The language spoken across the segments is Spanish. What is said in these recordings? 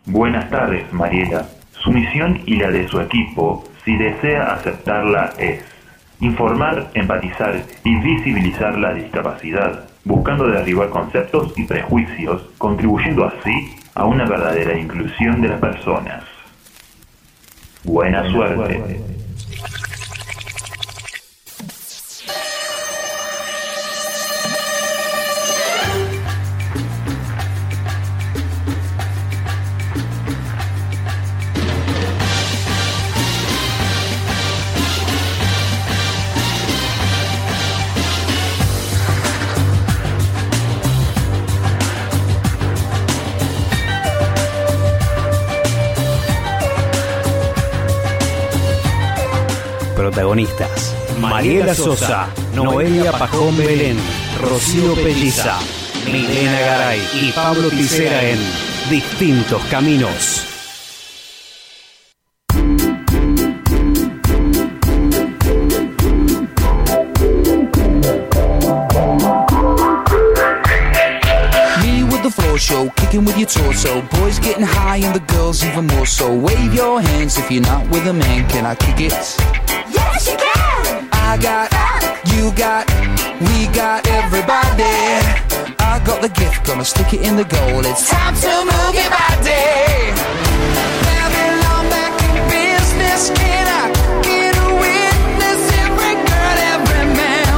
Buenas tardes, Mariela. Su misión y la de su equipo, si desea aceptarla, es informar, empatizar y visibilizar la discapacidad, buscando derribar conceptos y prejuicios, contribuyendo así a una verdadera inclusión de las personas. Buena suerte. Protagonistas: Mariela Sosa, Noelia Pajón Belén, Rocío Pelliza, Milena Garay y Pablo Tisera en Distintos Caminos. Show, kicking with your torso. Boys getting high and the girls even more so. Wave your hands if you're not with a man. Can I kick it? Yes, you can. I got, you got, we got everybody. I got the gift, gonna stick it in the goal. It's time to move your body. Babylon back in business. Can I get a witness? Every girl, every man.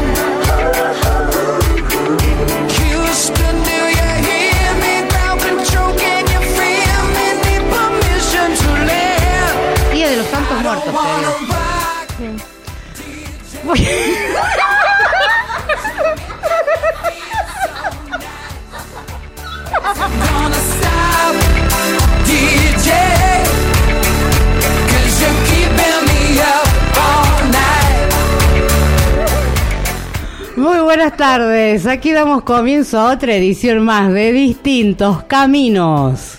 Houston, do you hear me? Ground control, can you feel me? Need permission to land. Día de los Santos Muertos, Gonna stop, DJ, 'cause you're keeping me up all night. Muy buenas tardes, aquí damos comienzo a otra edición más de Distintos Caminos.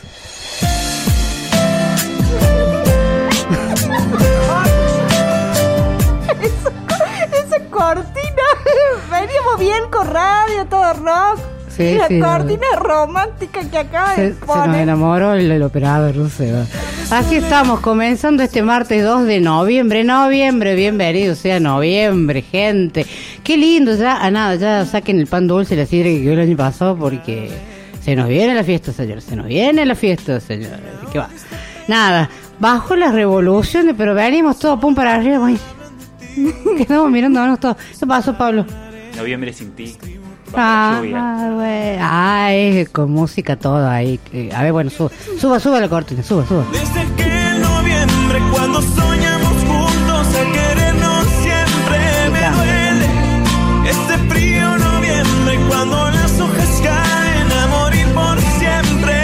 Esa cortina, veníamos bien con radio, todo rock. Sí, y la sí, cortina romántica que acaba de Se nos poner. enamoró el operador, no sé. Así estamos, comenzando este martes 2 de noviembre. Bienvenido sea noviembre, gente. Qué lindo, ya saquen el pan dulce y la sidra que quedó el año pasado porque se nos viene la fiesta, señores. ¿Qué va? Nada, bajo las revoluciones, pero venimos todos pum para arriba. Ay. Quedamos mirándonos todos. ¿Qué pasó, Pablo? Noviembre sin ti. Güey. Es con música todo ahí. A ver, bueno, suba la cortina, suba. Desde aquel noviembre cuando soñamos juntos a querernos siempre me duele. Este frío noviembre cuando las hojas caen a morir por siempre.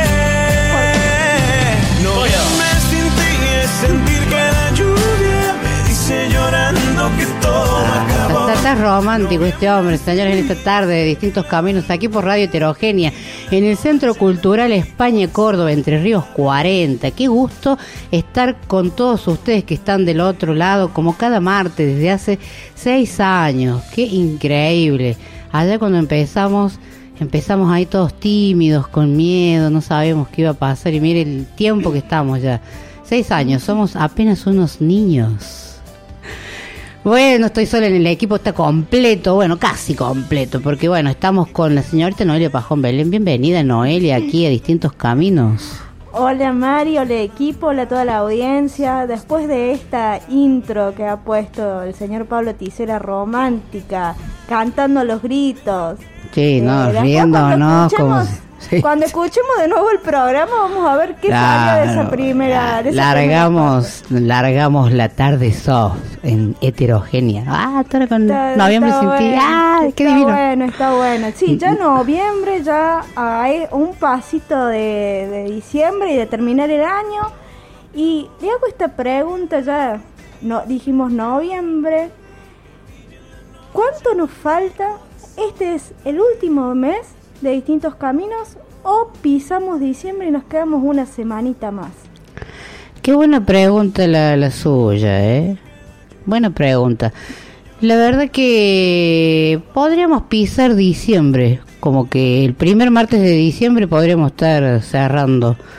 Noviembre sin ti es sentir que la lluvia me dice llorando que todo acabó. Está romántico este hombre, señores, en esta tarde de Distintos Caminos, aquí por Radio Heterogénea, en el Centro Cultural España Córdoba, Entre Ríos 40. Qué gusto estar con todos ustedes que están del otro lado, como cada martes, desde hace 6 años. Qué increíble. Allá cuando empezamos ahí todos tímidos, con miedo, no sabíamos qué iba a pasar, y mire el tiempo que estamos ya. 6 años, somos apenas unos niños. Bueno, estoy sola en el equipo, está completo, bueno, casi completo, porque bueno, estamos con la señorita Noelia Pajón Belén. Bienvenida, Noelia, aquí a Distintos Caminos. Hola Mari, hola equipo, hola toda la audiencia. Después de esta intro que ha puesto el señor Pablo Tisera, romántica, cantando a los gritos. Sí, no, riéndonos como... Sí. Cuando escuchemos de nuevo el programa vamos a ver qué salió de esa primera. Largamos la tarde soft en Heterogénea. Ahora con noviembre sin ti. Qué divino. Está bueno. Sí, ya noviembre, ya hay un pasito de diciembre y de terminar el año. Y le hago esta pregunta ya. Dijimos noviembre. ¿Cuánto nos falta? Este es el último mes de Distintos Caminos, o pisamos diciembre y nos quedamos una semanita más. Qué buena pregunta la suya, buena pregunta. La verdad que podríamos pisar diciembre, como que el primer martes de diciembre podríamos estar cerrando,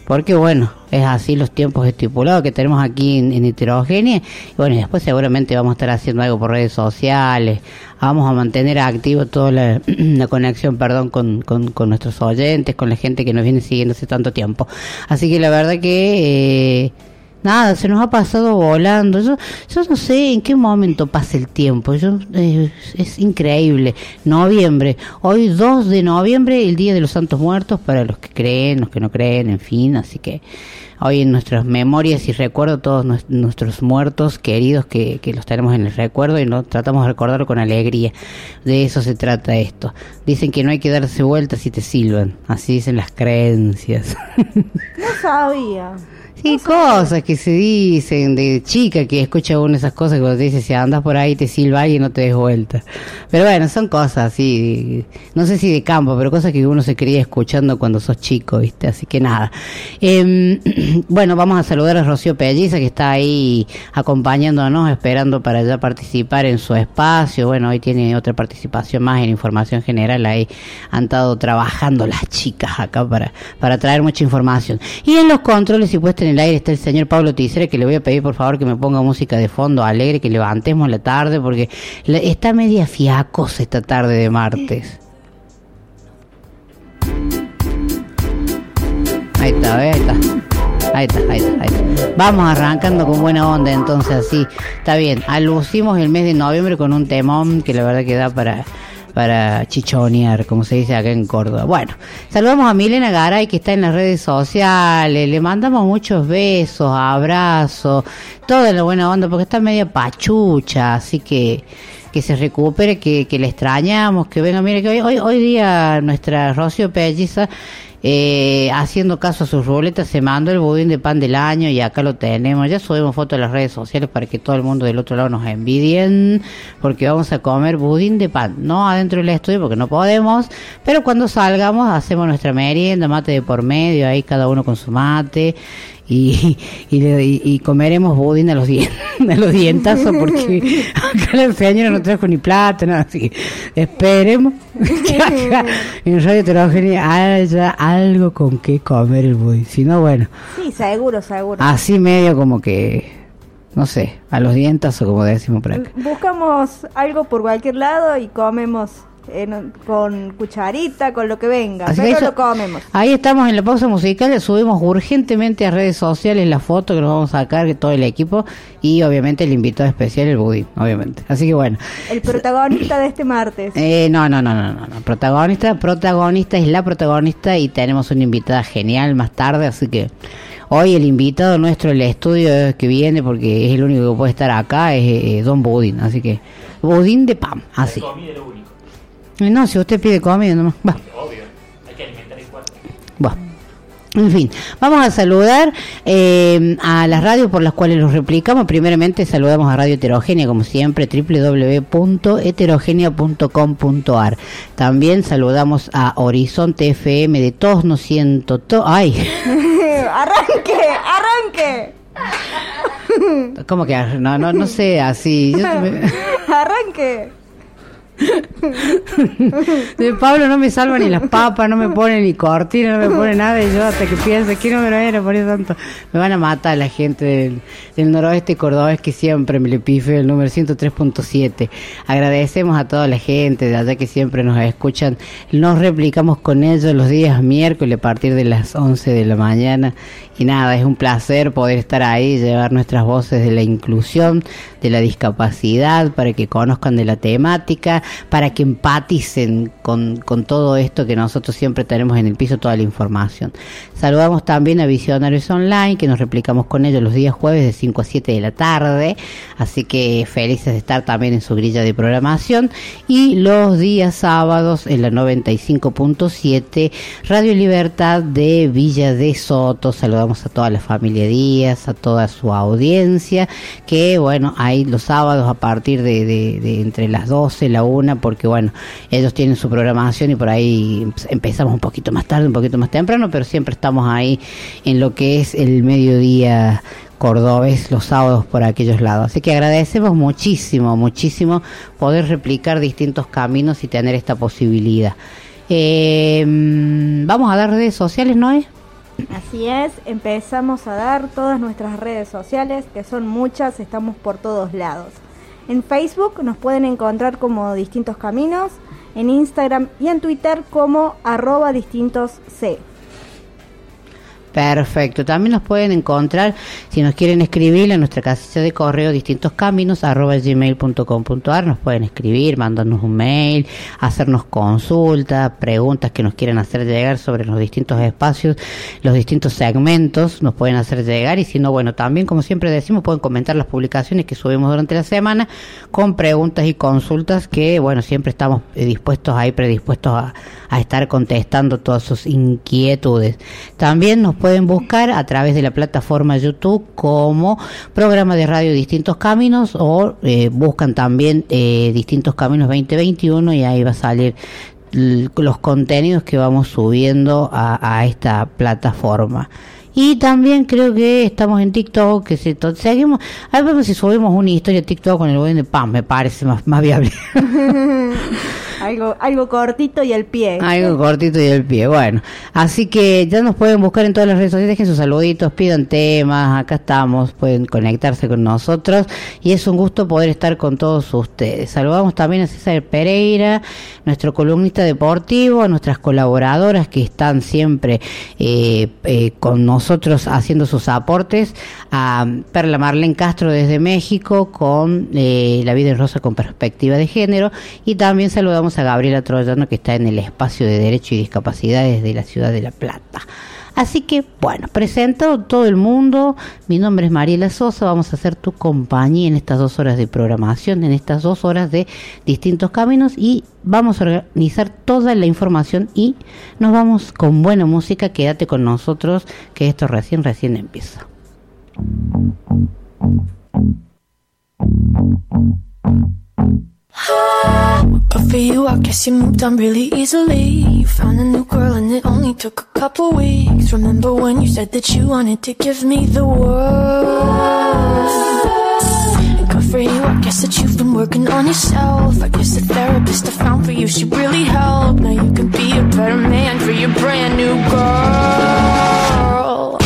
porque bueno, es así los tiempos estipulados que tenemos aquí en Heterogénea. Y bueno, y después seguramente vamos a estar haciendo algo por redes sociales, vamos a mantener activo toda la conexión, con nuestros oyentes, con la gente que nos viene siguiendo hace tanto tiempo. Así que la verdad que nada, se nos ha pasado volando. Yo no sé en qué momento pasa el tiempo. Es increíble. Noviembre. Hoy 2 de noviembre, el Día de los Santos Muertos, para los que creen, los que no creen, en fin. Así que hoy en nuestras memorias y recuerdo todos nuestros muertos queridos que los tenemos en el recuerdo y nos tratamos de recordarlo con alegría. De eso se trata esto. Dicen que no hay que darse vueltas si te silban. Así dicen las creencias. No sabía. Sí, cosas que se dicen de chica, que escucha uno esas cosas que te dice, si andas por ahí te silba alguien, no te des vuelta. Pero bueno, son cosas así, no sé si de campo, pero cosas que uno se cría escuchando cuando sos chico, ¿viste? Así que nada. Bueno, vamos a saludar a Rocío Pelliza, que está ahí acompañándonos, esperando para ya participar en su espacio. Bueno, hoy tiene otra participación más en Información General, ahí han estado trabajando las chicas acá para traer mucha información. Y en los controles y puestos en el aire está el señor Pablo Tisera, que le voy a pedir por favor que me ponga música de fondo alegre, que levantemos la tarde, porque está media fiacosa esta tarde de martes. Ahí está, ahí está. Vamos arrancando con buena onda, entonces así, está bien. Alucimos el mes de noviembre con un temón que la verdad que da para chichonear, como se dice acá en Córdoba. Bueno, saludamos a Milena Garay, que está en las redes sociales, le mandamos muchos besos, abrazos, toda la buena onda, porque está media pachucha, así que se recupere, que le extrañamos, que venga. Mire que hoy día nuestra Rocío Pelliza, haciendo caso a sus ruletas, se mandó el budín de pan del año y acá lo tenemos. Ya subimos fotos a las redes sociales para que todo el mundo del otro lado nos envidien, porque vamos a comer budín de pan, no adentro del estudio porque no podemos, pero cuando salgamos hacemos nuestra merienda, mate de por medio, ahí cada uno con su mate. Y comeremos budín a los dientazos, porque acá la señora no trajo ni plata, nada, así que esperemos que acá en Radio Heterogénea haya algo con que comer el budín, si no, bueno. Sí, seguro. Así medio como que, no sé, a los dientazos, como decimos por acá. Buscamos algo por cualquier lado y comemos con cucharita, con lo que venga, así pero lo comemos. Ahí estamos en la pausa musical, le subimos urgentemente a redes sociales la foto que nos vamos a sacar de todo el equipo y obviamente el invitado especial, el budín, obviamente. Así que bueno. El protagonista de este martes. No. Protagonista es la protagonista y tenemos una invitada genial más tarde, así que hoy el invitado nuestro del estudio que viene, porque es el único que puede estar acá, es Don Budín, así que budín de pan, así. No, si usted pide comida nomás. Va. Obvio, hay que alimentar el cuerpo. Va. En fin, vamos a saludar a las radios por las cuales los replicamos. Primeramente saludamos a Radio Heterogénea, como siempre, www.heterogénea.com.ar. También saludamos a Horizonte FM de Todos No Siento ¡Ay! ¡Arranque! ¿Cómo que? No sé, así. ¡Arranque! De Pablo no me salva ni las papas, no me pone ni cortina, no me pone nada, y yo hasta que pienso que no me lo era por eso tanto, me van a matar la gente del noroeste cordobés, que siempre me le pifeo el número 103.7. Agradecemos a toda la gente de allá que siempre nos escuchan. Nos replicamos con ellos los días miércoles a partir de las 11 de la mañana. Y nada, es un placer poder estar ahí, llevar nuestras voces de la inclusión, de la discapacidad, para que conozcan de la temática, para que empaticen con todo esto que nosotros siempre tenemos en el piso, toda la información. Saludamos también a Visionarios Online, que nos replicamos con ellos los días jueves de 5 a 7 de la tarde, así que felices de estar también en su grilla de programación. Y los días sábados en la 95.7, Radio Libertad de Villa de Soto. Saludamos a toda la familia Díaz, a toda su audiencia, que bueno, ahí los sábados a partir de entre las 12 y la 1, porque bueno, ellos tienen su programación y por ahí empezamos un poquito más tarde, un poquito más temprano, pero siempre estamos ahí en lo que es el mediodía cordobés los sábados por aquellos lados. Así que agradecemos muchísimo poder replicar distintos caminos y tener esta posibilidad. Vamos a dar redes sociales, ¿no es? Así es, empezamos a dar todas nuestras redes sociales, que son muchas, estamos por todos lados. En Facebook nos pueden encontrar como Distintos Caminos, en Instagram y en Twitter como @distintosc. Perfecto, también nos pueden encontrar, si nos quieren escribir, en nuestra casilla de correo distintoscaminos@gmail.com.ar. Nos pueden escribir, mandarnos un mail, hacernos consultas, preguntas que nos quieran hacer llegar sobre los distintos espacios, los distintos segmentos, nos pueden hacer llegar. Y si no, bueno, también, como siempre decimos, pueden comentar las publicaciones que subimos durante la semana con preguntas y consultas que, bueno, siempre estamos predispuestos a estar contestando todas sus inquietudes. También nos pueden buscar a través de la plataforma YouTube como programa de radio Distintos Caminos, o buscan también Distintos Caminos 2021 y ahí va a salir los contenidos que vamos subiendo a esta plataforma. Y también creo que estamos en TikTok, que seguimos, a ver si subimos una historia de TikTok con el buen de Pam, me parece más viable. Algo cortito y el pie. Algo cortito y el pie, bueno. Así que ya nos pueden buscar en todas las redes sociales, dejen sus saluditos, pidan temas, acá estamos, pueden conectarse con nosotros y es un gusto poder estar con todos ustedes. Saludamos también a César Pereira, nuestro columnista deportivo, a nuestras colaboradoras que están siempre con nosotros haciendo sus aportes, a Perla Marlene Castro desde México con La Vida en Rosa con perspectiva de género, y también saludamos a Gabriela Troyano, que está en el espacio de Derecho y Discapacidades de la ciudad de La Plata. Así que, bueno, presentado todo el mundo, mi nombre es Mariela Sosa, vamos a hacer tu compañía en estas 2 horas de programación, en estas 2 horas de Distintos Caminos, y vamos a organizar toda la información y nos vamos con buena música. Quédate con nosotros, que esto recién empieza. But for you, I guess you moved on really easily. You found a new girl and it only took a couple weeks. Remember when you said that you wanted to give me the world? And good for you, I guess that you've been working on yourself. I guess the therapist I found for you should really help. Now you can be a better man for your brand new girl.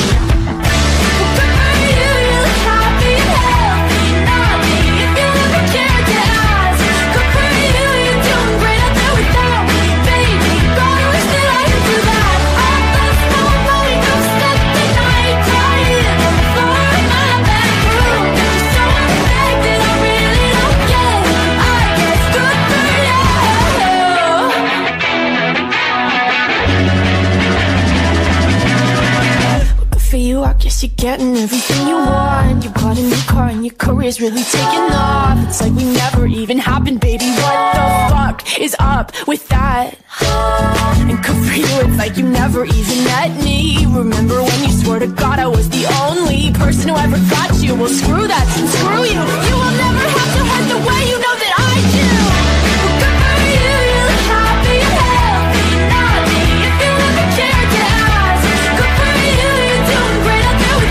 You're getting everything you want. You bought a new car and your career's really taking off. It's like we never even happened, baby. What the fuck is up with that? And good for you, it's like you never even met me. Remember when you swore to God I was the only person who ever got you? Well, screw that, screw you. You will never have to hurt the way you know that I do. Good for you, you look happy and healthy. Not me, if you ever cared to ask. Good for you, you're doing great.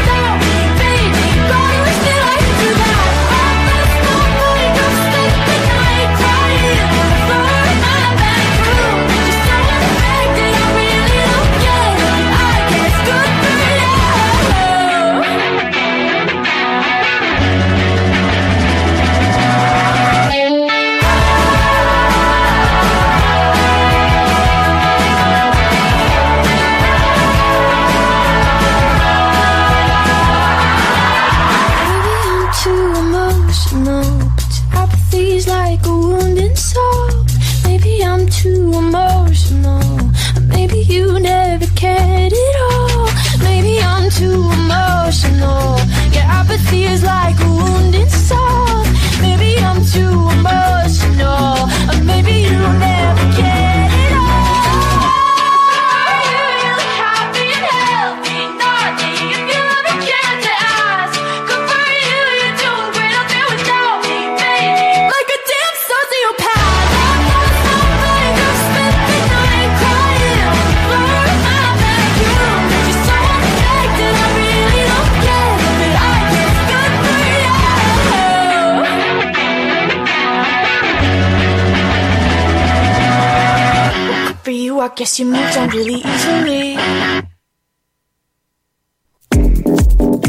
Too emotional. Maybe you never cared at all. Maybe I'm too emotional. Your apathy is like a wound inside. Maybe I'm too emotional. Or maybe you never cared at all. You look happy and healthy. Not me, if you ever cared to ask. Good for you, you're doing great out there without me, baby. Like a damn sociopath. For you, I guess you moved on really easily.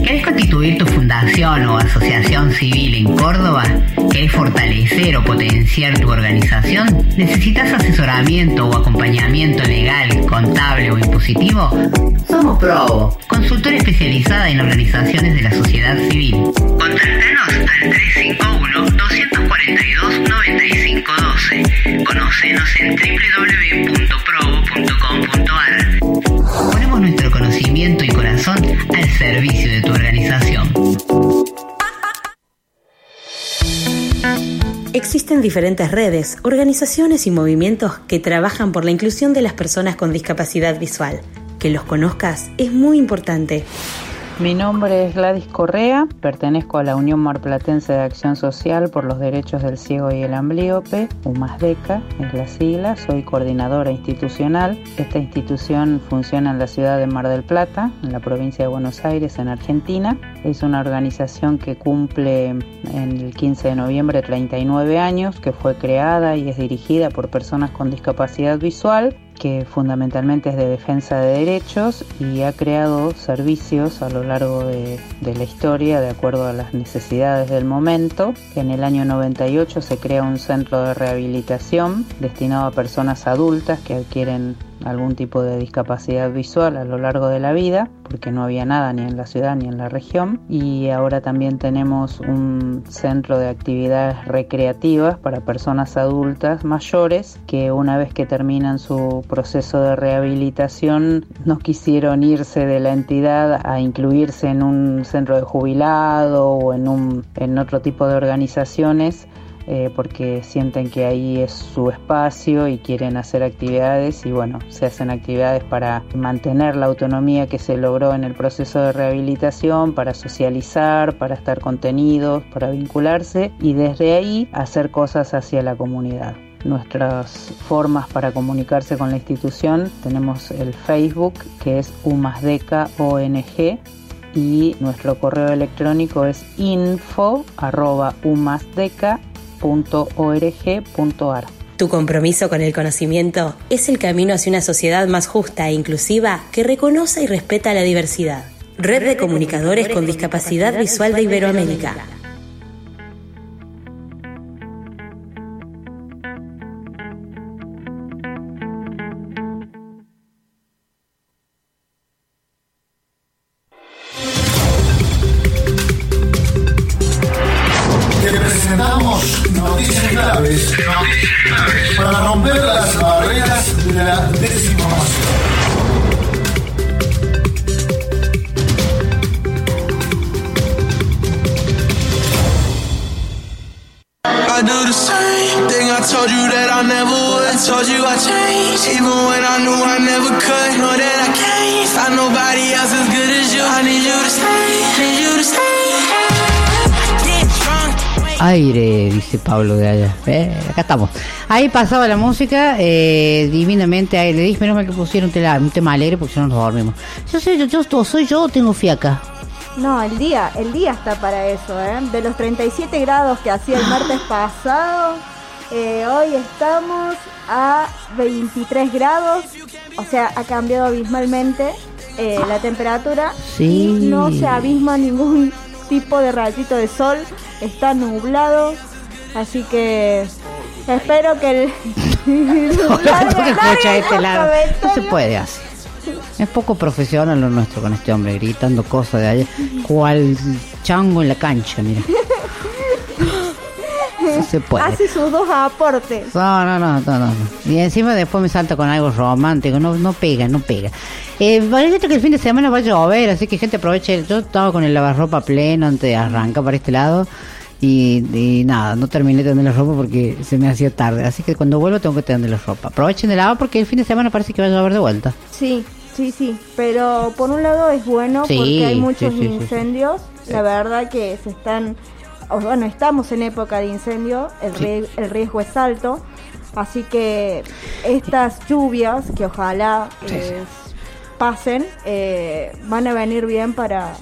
¿Querés constituir tu fundación o asociación civil en Córdoba? ¿Querés fortalecer o potenciar tu organización? ¿Necesitas asesoramiento o acompañamiento legal, contable o impositivo? Somos Probo, consultora especializada en organizaciones de la sociedad civil. Contáctanos al 351-242-9512. Conocenos en www.probo.com.ar. Ponemos nuestro conocimiento y corazón al servicio de tu organización. Existen diferentes redes, organizaciones y movimientos que trabajan por la inclusión de las personas con discapacidad visual. Que los conozcas es muy importante. Mi nombre es Gladys Correa, pertenezco a la Unión Marplatense de Acción Social por los Derechos del Ciego y el Amblíope, UMASDECA es la sigla, soy coordinadora institucional. Esta institución funciona en la ciudad de Mar del Plata, en la provincia de Buenos Aires, en Argentina. Es una organización que cumple en el 15 de noviembre 39 años, que fue creada y es dirigida por personas con discapacidad visual, que fundamentalmente es de defensa de derechos y ha creado servicios a lo largo de la historia de acuerdo a las necesidades del momento. En el año 98 se crea un centro de rehabilitación destinado a personas adultas que adquieren algún tipo de discapacidad visual a lo largo de la vida, porque no había nada ni en la ciudad ni en la región. Y ahora también tenemos un centro de actividades recreativas para personas adultas mayores que una vez que terminan su proceso de rehabilitación no quisieron irse de la entidad a incluirse en un centro de jubilado o en otro tipo de organizaciones, porque sienten que ahí es su espacio y quieren hacer actividades, y bueno, se hacen actividades para mantener la autonomía que se logró en el proceso de rehabilitación, para socializar, para estar contenidos, para vincularse y desde ahí hacer cosas hacia la comunidad. Nuestras formas para comunicarse con la institución: tenemos el Facebook, que es UMASDECA ONG, y nuestro correo electrónico es info@umasdeca.org.ar. Tu compromiso con el conocimiento es el camino hacia una sociedad más justa e inclusiva que reconoce y respeta la diversidad. Red de Comunicadores con Discapacidad Visual de Iberoamérica. Noticias claves para romper las barreras de la desinformación. I do the same thing I told you that I never would. Told you I changed, even when I knew I never could. Know that I can't find nobody else as good as you. I need you to stay, need you to stay. Aire, dice Pablo de allá. Acá estamos. Ahí pasaba la música divinamente. Ahí le dije, menos mal que pusieron un tema alegre porque si no nos dormimos. Soy yo o tengo fiaca. No, el día está para eso, De los 37 grados que hacía el martes pasado, hoy estamos a 23 grados. O sea, ha cambiado abismalmente la temperatura. Sí. Y no se abisma ningún tipo de rayito de sol. Está nublado, así que espero que no se puede así. Es poco profesional lo nuestro con este hombre gritando cosas de allá, cual chango en la cancha, mira. No se puede. Hace sus dos aportes. No. Y encima después me salta con algo romántico. No pega. Parece que el fin de semana va a llover, así que gente aproveche. Yo estaba con el lavarropa pleno antes de arrancar para este lado. Y nada, no terminé de tender la ropa porque se me hacía tarde. Así que cuando vuelvo tengo que tender la ropa. Aprovechen de lavar porque el fin de semana parece que va a llover de vuelta. Sí. Pero por un lado es bueno porque hay muchos incendios. Sí. La verdad que estamos en época de incendio, el riesgo es alto, así que estas lluvias que ojalá pasen van a venir bien para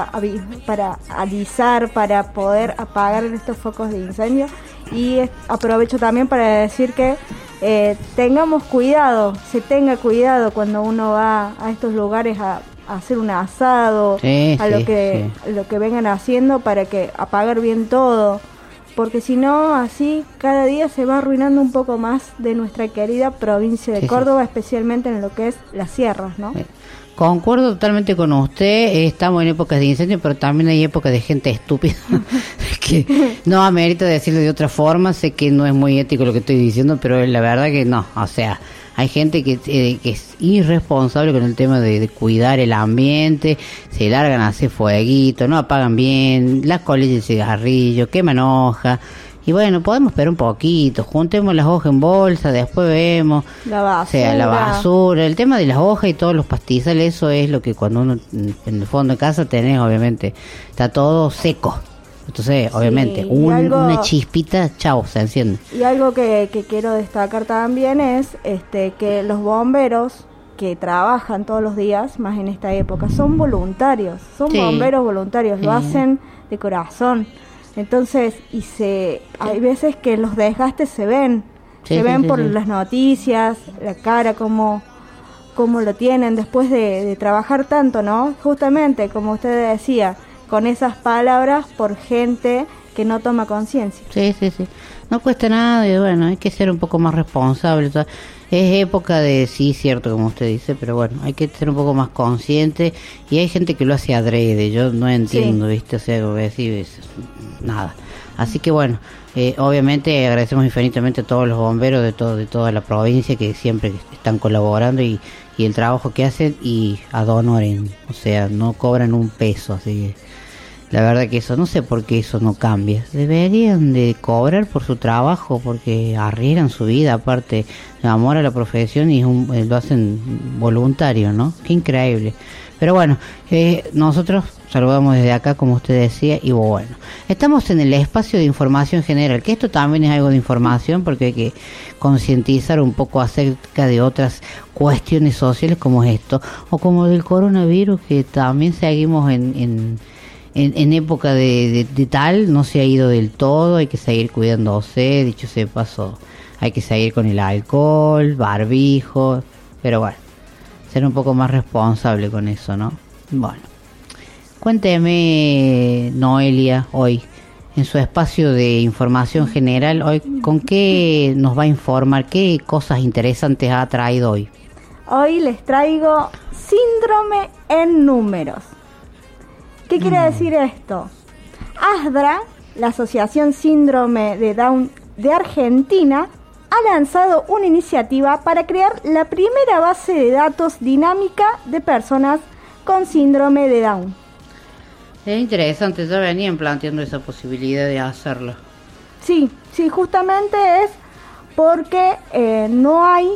alisar, para poder apagar estos focos de incendio. Y aprovecho también para decir que se tenga cuidado cuando uno va a estos lugares hacer un asado, lo que vengan haciendo para que apagar bien todo, porque si no, así cada día se va arruinando un poco más de nuestra querida provincia de Córdoba, especialmente en lo que es las sierras, ¿no? Concuerdo totalmente con usted, estamos en épocas de incendio, pero también hay épocas de gente estúpida, que no amerita decirlo de otra forma, sé que no es muy ético lo que estoy diciendo, pero la verdad que no, o sea, hay gente que es irresponsable con el tema de cuidar el ambiente, se largan a hacer fueguito, no apagan bien, las colillas de cigarrillo, queman hojas. Y bueno, podemos esperar un poquito, juntemos las hojas en bolsa, después vemos. La basura. O sea, la basura, el tema de las hojas y todos los pastizales, eso es lo que cuando uno en el fondo de casa tenés, obviamente, está todo seco. Entonces, obviamente, una chispita, chao, se enciende. Y algo que quiero destacar también es que los bomberos que trabajan todos los días, más en esta época, son voluntarios, son bomberos voluntarios, lo hacen de corazón. Entonces, hay veces que los desgastes se ven por las noticias, la cara, cómo lo tienen después de trabajar tanto, ¿no? Justamente, como usted decía, con esas palabras por gente que no toma conciencia. Sí. No cuesta nada y bueno, hay que ser un poco más responsable. Es época de, sí, cierto, como usted dice, pero bueno, hay que ser un poco más consciente y hay gente que lo hace adrede, yo no entiendo, ¿viste? O sea, como decir, nada. Así que bueno, obviamente agradecemos infinitamente a todos los bomberos de toda la provincia que siempre están colaborando y el trabajo que hacen y ad honorem, o sea, no cobran un peso, así que la verdad que eso, no sé por qué eso no cambia. Deberían de cobrar por su trabajo, porque arriesgan su vida, aparte, amor a la profesión y lo hacen voluntario, ¿no? Qué increíble. Pero bueno, nosotros saludamos desde acá, como usted decía, y bueno, estamos en el espacio de información general, que esto también es algo de información, porque hay que concientizar un poco acerca de otras cuestiones sociales como esto, o como del coronavirus, que también seguimos en época de tal, no se ha ido del todo, hay que seguir cuidándose, dicho sea de paso, hay que seguir con el alcohol, barbijo, pero bueno, ser un poco más responsable con eso, ¿no? Bueno, cuénteme, Noelia, hoy, en su espacio de información general, hoy, ¿con qué nos va a informar? ¿Qué cosas interesantes ha traído hoy? Hoy les traigo síndrome en números. ¿Qué quiere decir esto? ASDRA, la Asociación Síndrome de Down de Argentina, ha lanzado una iniciativa para crear la primera base de datos dinámica de personas con síndrome de Down. Es interesante, ya venían planteando esa posibilidad de hacerlo. Sí, justamente es porque no hay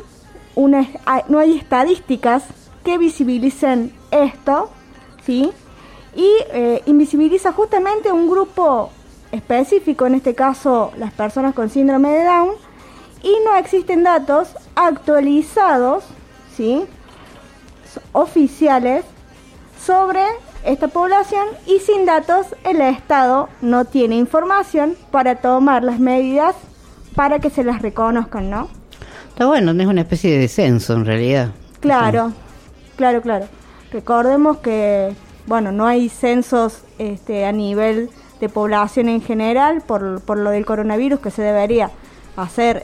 estadísticas que visibilicen esto, ¿sí? Y invisibiliza justamente un grupo específico, en este caso las personas con síndrome de Down, y no existen datos actualizados, ¿sí?, oficiales sobre esta población, y sin datos el Estado no tiene información para tomar las medidas para que se las reconozcan, ¿no? Está bueno, no es una especie de censo en realidad. Claro. Recordemos que bueno, no hay censos a nivel de población en general por lo del coronavirus, que se debería hacer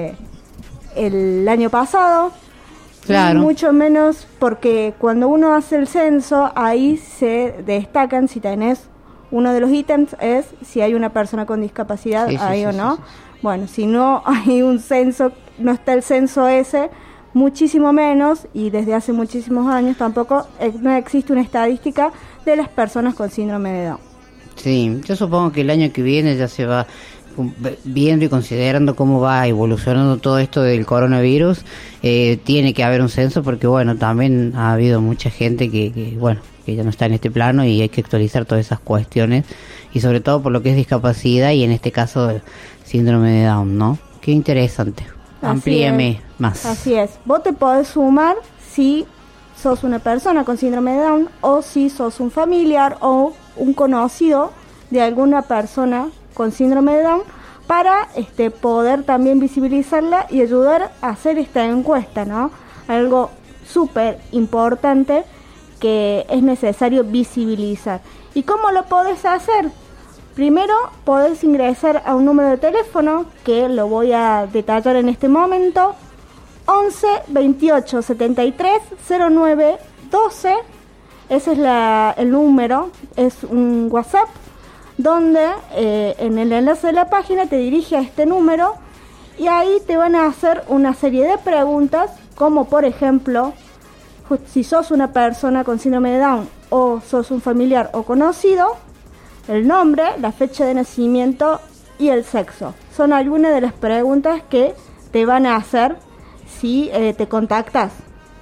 el año pasado. Claro. Y mucho menos porque cuando uno hace el censo, ahí se destacan, si tenés uno de los ítems, es si hay una persona con discapacidad ahí o no. Sí. Bueno, si no hay un censo, no está el censo ese, muchísimo menos, y desde hace muchísimos años tampoco no existe una estadística de las personas con síndrome de Down. Sí, yo supongo que el año que viene ya se va viendo y considerando cómo va evolucionando todo esto del coronavirus, tiene que haber un censo, porque bueno, también ha habido mucha gente que ya no está en este plano, y hay que actualizar todas esas cuestiones, y sobre todo por lo que es discapacidad, y en este caso síndrome de Down, ¿no? Qué interesante. Amplíeme más. Así es. Vos te podés sumar si sos una persona con síndrome de Down, o si sos un familiar o un conocido de alguna persona con síndrome de Down, para poder también visibilizarla y ayudar a hacer esta encuesta, ¿no? Algo súper importante que es necesario visibilizar. ¿Y cómo lo podés hacer? Primero podés ingresar a un número de teléfono que lo voy a detallar en este momento: 11 28 73 09 12. Ese es el número, es un WhatsApp donde en el enlace de la página te dirige a este número y ahí te van a hacer una serie de preguntas, como por ejemplo, si sos una persona con síndrome de Down o sos un familiar o conocido, el nombre, la fecha de nacimiento y el sexo. Son algunas de las preguntas que te van a hacer si te contactas.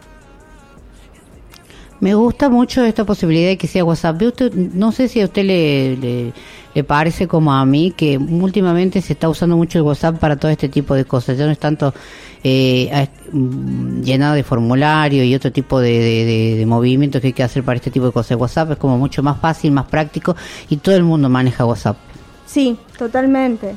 Me gusta mucho esta posibilidad de que sea WhatsApp. Usted, no sé si a usted le parece como a mí que últimamente se está usando mucho el WhatsApp para todo este tipo de cosas. Ya no es tanto llenado de formulario y otro tipo de movimientos que hay que hacer para este tipo de cosas. El WhatsApp es como mucho más fácil, más práctico y todo el mundo maneja WhatsApp. Sí, totalmente.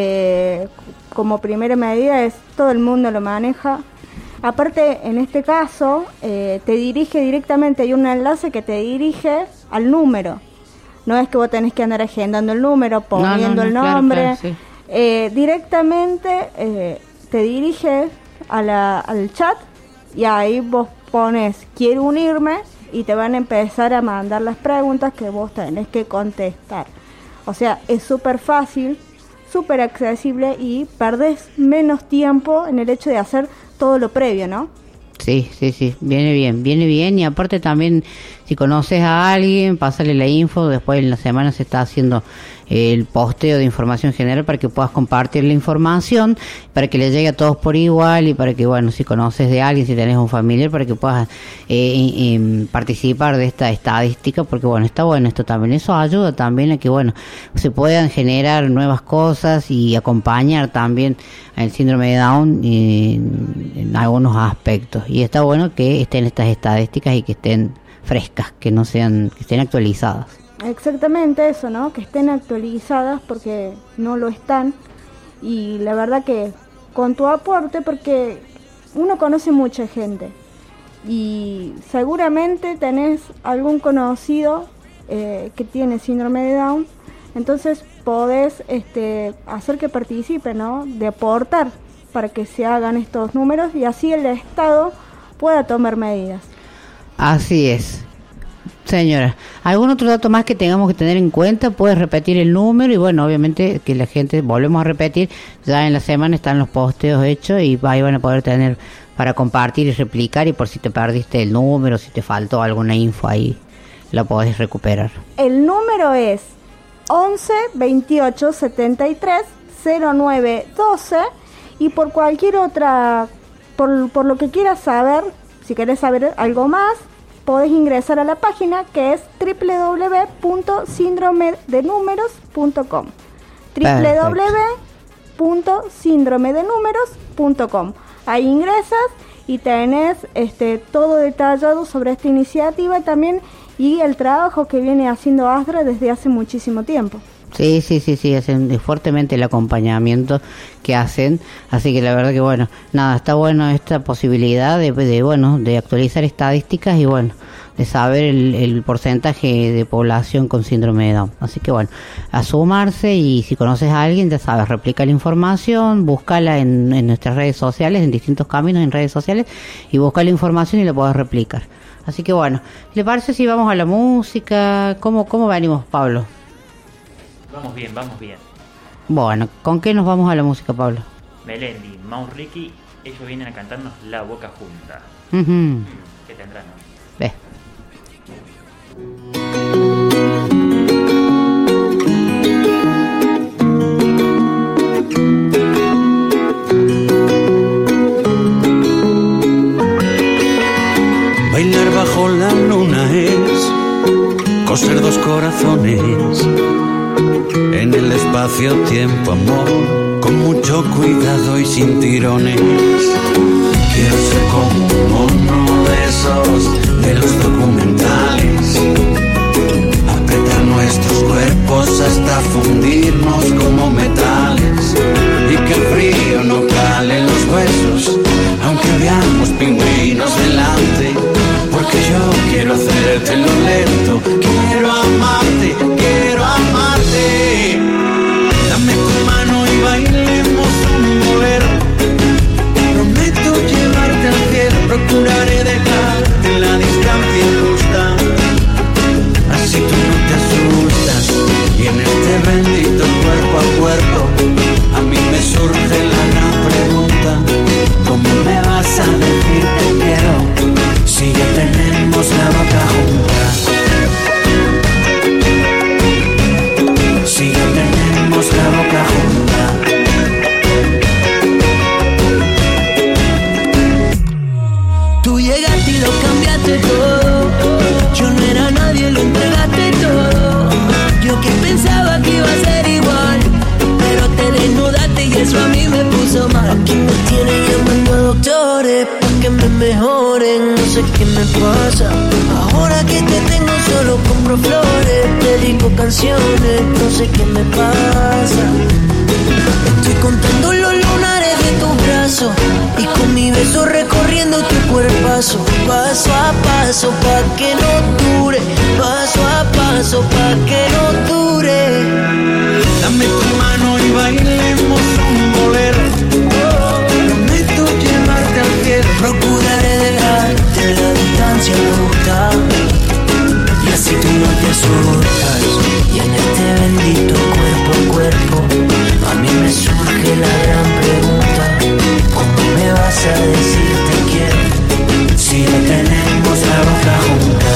Como primera medida todo el mundo lo maneja. Aparte, en este caso, te dirige directamente, hay un enlace que te dirige al número. No es que vos tenés que andar agendando el número, poniendo el nombre. Claro, sí. Directamente te dirige al chat y ahí vos pones quiero unirme y te van a empezar a mandar las preguntas que vos tenés que contestar. O sea, es súper fácil, súper accesible y perdés menos tiempo en el hecho de hacer todo lo previo, ¿no? Sí, viene bien y aparte también si conoces a alguien, pásale la info, después en la semana se está haciendo el posteo de información general para que puedas compartir la información, para que le llegue a todos por igual y para que, bueno, si conoces de alguien, si tenés un familiar, para que puedas participar de esta estadística, porque, bueno, está bueno esto también. Eso ayuda también a que, bueno, se puedan generar nuevas cosas y acompañar también al síndrome de Down en algunos aspectos. Y está bueno que estén estas estadísticas y que estén frescas, que estén actualizadas. Exactamente eso, ¿no? Que estén actualizadas porque no lo están. Y la verdad que con tu aporte, porque uno conoce mucha gente y seguramente tenés algún conocido que tiene síndrome de Down, entonces podés hacer que participe, ¿no? De aportar para que se hagan estos números y así el Estado pueda tomar medidas. Así es. Señora, ¿algún otro dato más que tengamos que tener en cuenta? Puedes repetir el número y, bueno, obviamente que la gente, volvemos a repetir, ya en la semana están los posteos hechos y ahí van a poder tener para compartir y replicar, y por si te perdiste el número, si te faltó alguna info ahí, la podés recuperar. El número es 11 28 73 09 12 y por cualquier otra, por lo que quieras saber, si querés saber algo más, podés ingresar a la página que es www.sindromedenumeros.com. www.sindromedenumeros.com. Ahí ingresas y tenés todo detallado sobre esta iniciativa también y el trabajo que viene haciendo ASDRA desde hace muchísimo tiempo. Sí, hacen fuertemente el acompañamiento que hacen, así que la verdad que, bueno, nada, está bueno esta posibilidad de actualizar estadísticas y, bueno, de saber el porcentaje de población con síndrome de Down. Así que, bueno, a sumarse, y si conoces a alguien, ya sabes, replica la información, búscala en nuestras redes sociales, en distintos caminos en redes sociales, y busca la información y la podés replicar. Así que, bueno, ¿le parece si vamos a la música? ¿Cómo venimos, Pablo? Vamos bien. Bueno, ¿con qué nos vamos a la música, Pablo? Melendi, Mau Ricky, ellos vienen a cantarnos La Boca Junta. Uh-huh. ¿Qué tendrán, no? Ve. Bailar bajo la luna es coser dos corazones. En el espacio-tiempo, amor, con mucho cuidado y sin tirones. Quiero ser como uno de esos de los documentales. Apretar nuestros cuerpos hasta fundirnos como metales. Y que el frío no cale en los huesos, aunque veamos pingüinos delante. Porque yo quiero hacerte que lo entregaste todo. Yo que pensaba que iba a ser igual, pero te desnudaste y eso a mí me puso mal. Aquí me tienen llamando a doctores pa' que me mejoren, no sé qué me pasa. Ahora que te tengo solo compro flores, dedico canciones, no sé qué me pasa. Estoy contando los lunares de tus brazos y con mi beso recorriendo tu cuerpazo, paso a paso pa' que no dure, paso a paso pa' que no dure. Dame tu mano y bailemos un bolero. Prometo llevarte al cielo. Procuraré dejarte la distancia justa y así tú no te asustas. Y en este bendito cuerpo a cuerpo a mí me surge la gran pregunta: ¿cómo me vas a decir te quiero si ya tenemos la boca junta?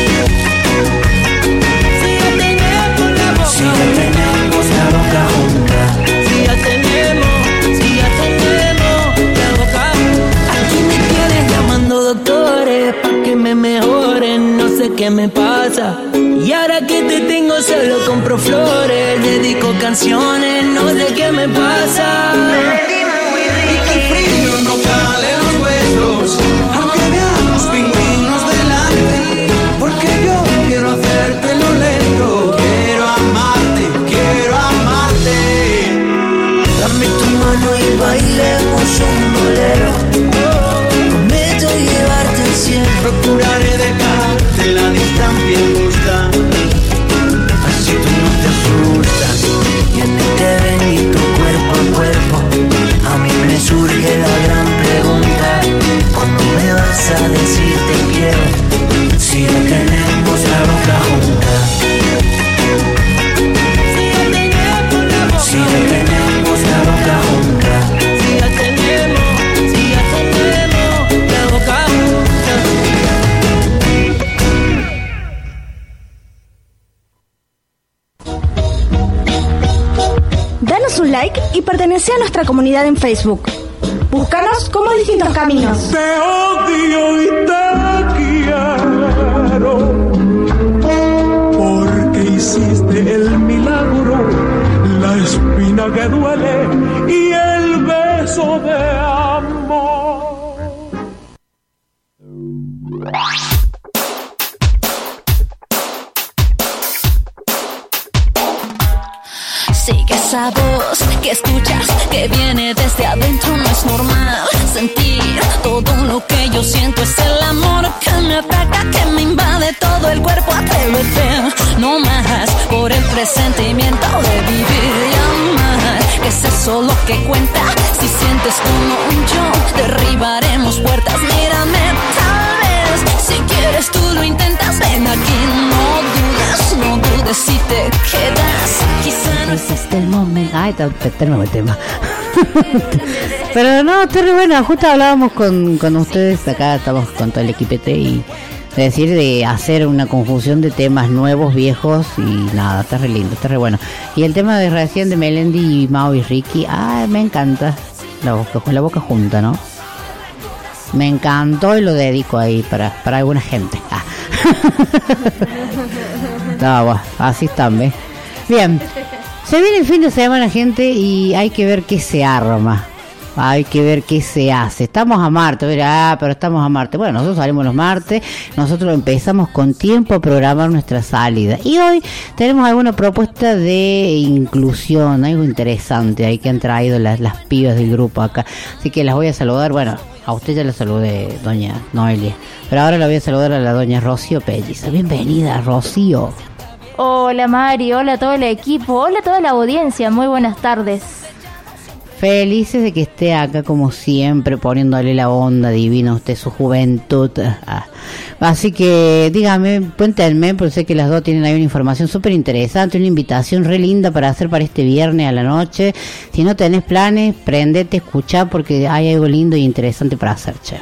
Si ya tenemos la boca junta. Si ya tenemos la boca junta. Aquí me tienes llamando doctores pa' que me mejoren, no sé qué me pasa. Y ahora que te tengo solo compro flores, dedico canciones, no sé qué me pasa. Y que el frío no cale los huesos, aunque veamos pingüinos delante, porque yo quiero hacértelo lento. Quiero amarte, quiero amarte. Dame tu mano y bailemos un bolero. Prometo llevarte al cielo. Procuraré dejarte la distancia justa, así tú no te asustas. Y en este bendito cuerpo a cuerpo a mí me surge la gran pregunta: ¿cuándo me vas a decir te quiero si ya tenemos la boca junta? Si ya tenemos la boca junta. Si ya tenemos la boca junta. Danos un like y pertenece a nuestra comunidad en Facebook. Búscanos como Distintos Caminos. Te odio y te quiero, porque hiciste el milagro, la espina que duele y el beso de amor. Sigue esa voz que escuchas, que viene desde adentro, no es normal sentir todo lo que yo siento. Es el amor que me ataca, que me invade todo el cuerpo. Atrévete, no más, por el presentimiento de vivir y amar, que es eso lo que cuenta. Si sientes como yo, derribaremos puertas. Mírame, tal vez, si quieres tú lo intentas. Ven aquí, no dudes si te quedas. Quizá no es este el momento. Ay, tenemos el tema. Pero no, está re bueno. Justo hablábamos con ustedes. Acá estamos con todo el equipete y de hacer una confusión de temas nuevos, viejos y nada, está re lindo, está re bueno. Y el tema de recién de Melendi y Mau y Ricky, me encanta. La boca junta, ¿no? Me encantó y lo dedico ahí para alguna gente. No, bueno, así están, ¿ves? Bien, se viene el fin de semana, gente, y hay que ver qué se arma. Hay que ver qué se hace. Estamos a martes, pero estamos a martes. Bueno, nosotros salimos los martes, nosotros empezamos con tiempo a programar nuestra salida. Y hoy tenemos alguna propuesta de inclusión, algo interesante ahí que han traído las pibas del grupo acá. Así que las voy a saludar. Bueno, a usted ya la saludé, doña Noelia, pero ahora la voy a saludar a la doña Rocío Pelliza. Bienvenida, Rocío. Hola Mari, hola a todo el equipo, hola a toda la audiencia, muy buenas tardes. Felices de que esté acá como siempre, poniéndole la onda divina a usted, su juventud. Así que dígame, cuéntenme, porque sé que las dos tienen ahí una información súper interesante, una invitación re linda para hacer para este viernes a la noche. Si no tenés planes, prendete, escuchá, porque hay algo lindo y interesante para hacer, che.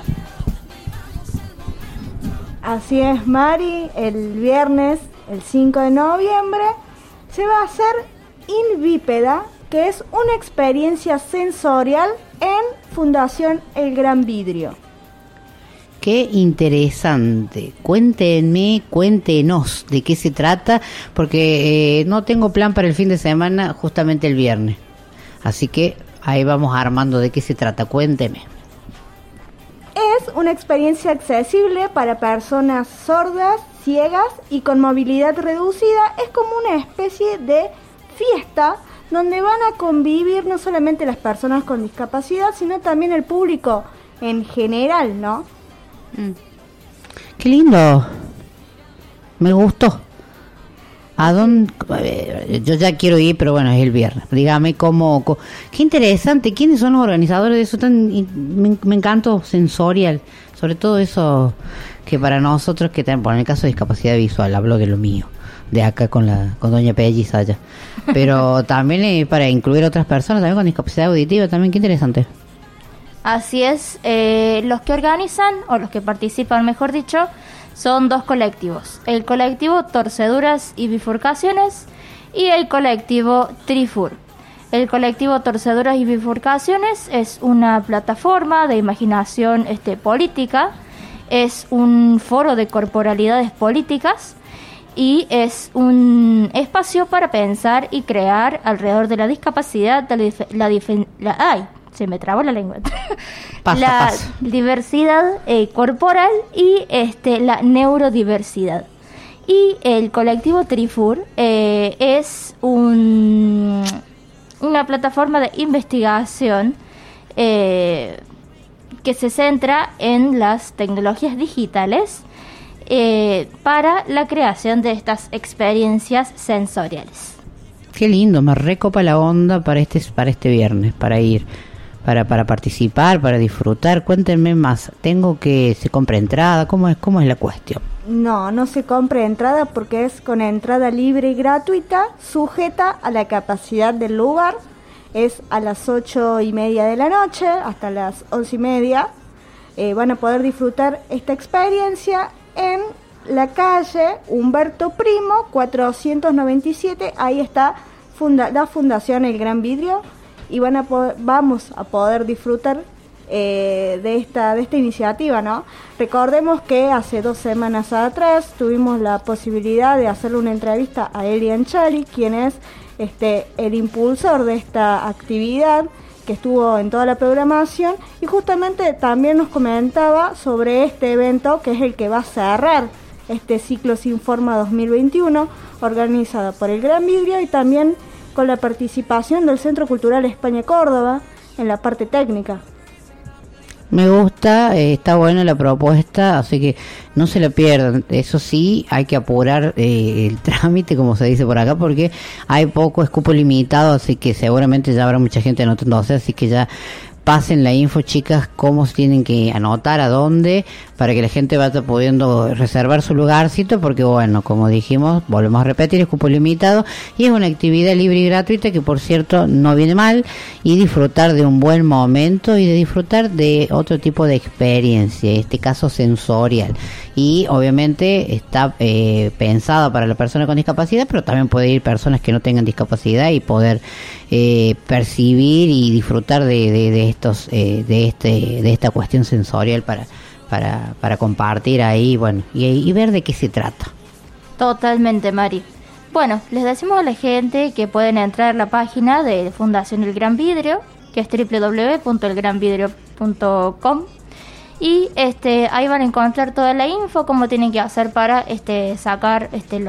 Así es, Mari, el viernes, el 5 de noviembre, se va a hacer Invípeda, que es una experiencia sensorial en Fundación El Gran Vidrio. Qué interesante. Cuéntenos de qué se trata, porque no tengo plan para el fin de semana, justamente el viernes. Así que ahí vamos armando de qué se trata. Cuénteme. Es una experiencia accesible para personas sordas, ciegas y con movilidad reducida. Es como una especie de fiesta donde van a convivir no solamente las personas con discapacidad, sino también el público en general, ¿no? Qué lindo. Me gustó. ¿A dónde? Yo ya quiero ir, pero bueno, es el viernes. Dígame cómo. Qué interesante. ¿Quiénes son los organizadores de eso? Me encantó, sensorial. Sobre todo eso que para nosotros que tenemos, en el caso de discapacidad visual, hablo de lo mío, de acá con doña Pellis allá. Pero también para incluir a otras personas también con discapacidad auditiva, también qué interesante. Así es, los que organizan, o los que participan, mejor dicho, son dos colectivos. El colectivo Torceduras y Bifurcaciones y el colectivo Trifur. El colectivo Torceduras y Bifurcaciones es una plataforma de imaginación política, es un foro de corporalidades políticas y es un espacio para pensar y crear alrededor de la discapacidad, se me trabó la lengua. La diversidad corporal y la neurodiversidad. Y el colectivo Trifur es una plataforma de investigación que se centra en las tecnologías digitales para la creación de estas experiencias sensoriales. Qué lindo, me recopa la onda para este viernes, para ir. Para participar, para disfrutar. Cuéntenme más. ¿Se compra entrada? ¿Cómo es la cuestión? No se compra entrada porque es con entrada libre y gratuita, sujeta a la capacidad del lugar. Es a las 8:30 de la noche hasta las 11:30. Van a poder disfrutar esta experiencia en la calle Humberto Primo, 497. Ahí está la Fundación El Gran Vidrio. Y vamos a poder disfrutar de esta iniciativa, ¿no? Recordemos que hace 2 semanas atrás tuvimos la posibilidad de hacerle una entrevista a Elian Chali, quien es el impulsor de esta actividad, que estuvo en toda la programación, y justamente también nos comentaba sobre este evento, que es el que va a cerrar este ciclo Sin Forma 2021, organizado por El Gran Vidrio y también con la participación del Centro Cultural España Córdoba en la parte técnica. Me gusta, está buena la propuesta, así que no se la pierdan. Eso sí, hay que apurar el trámite, como se dice por acá, porque hay poco, es cupo limitado, así que seguramente ya habrá mucha gente anotándose, así que ya pasen la info, chicas, cómo se tienen que anotar, a dónde, para que la gente vaya pudiendo reservar su lugarcito, porque bueno, como dijimos, volvemos a repetir, es cupo limitado y es una actividad libre y gratuita que por cierto no viene mal, y disfrutar de un buen momento y de disfrutar de otro tipo de experiencia, en este caso sensorial, y obviamente está pensada para la persona con discapacidad, pero también puede ir personas que no tengan discapacidad y poder percibir y disfrutar de esta cuestión sensorial para compartir ahí, bueno, y ver de qué se trata. Totalmente, Mari. Bueno, les decimos a la gente que pueden entrar a la página de Fundación El Gran Vidrio, que es www.elgranvidrio.com, y ahí van a encontrar toda la info, cómo tienen que hacer para sacar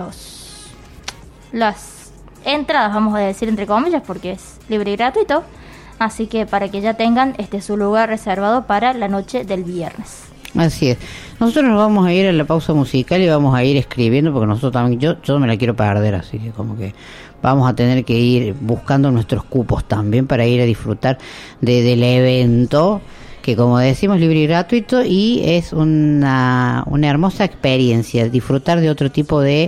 las entradas, vamos a decir entre comillas, porque es libre y gratuito, así que para que ya tengan su lugar reservado para la noche del viernes. Así es. Nosotros nos vamos a ir a la pausa musical y vamos a ir escribiendo, porque nosotros también, yo me la quiero perder, así que como que vamos a tener que ir buscando nuestros cupos también para ir a disfrutar del evento, que como decimos, libre y gratuito, y es una hermosa experiencia, disfrutar de otro tipo de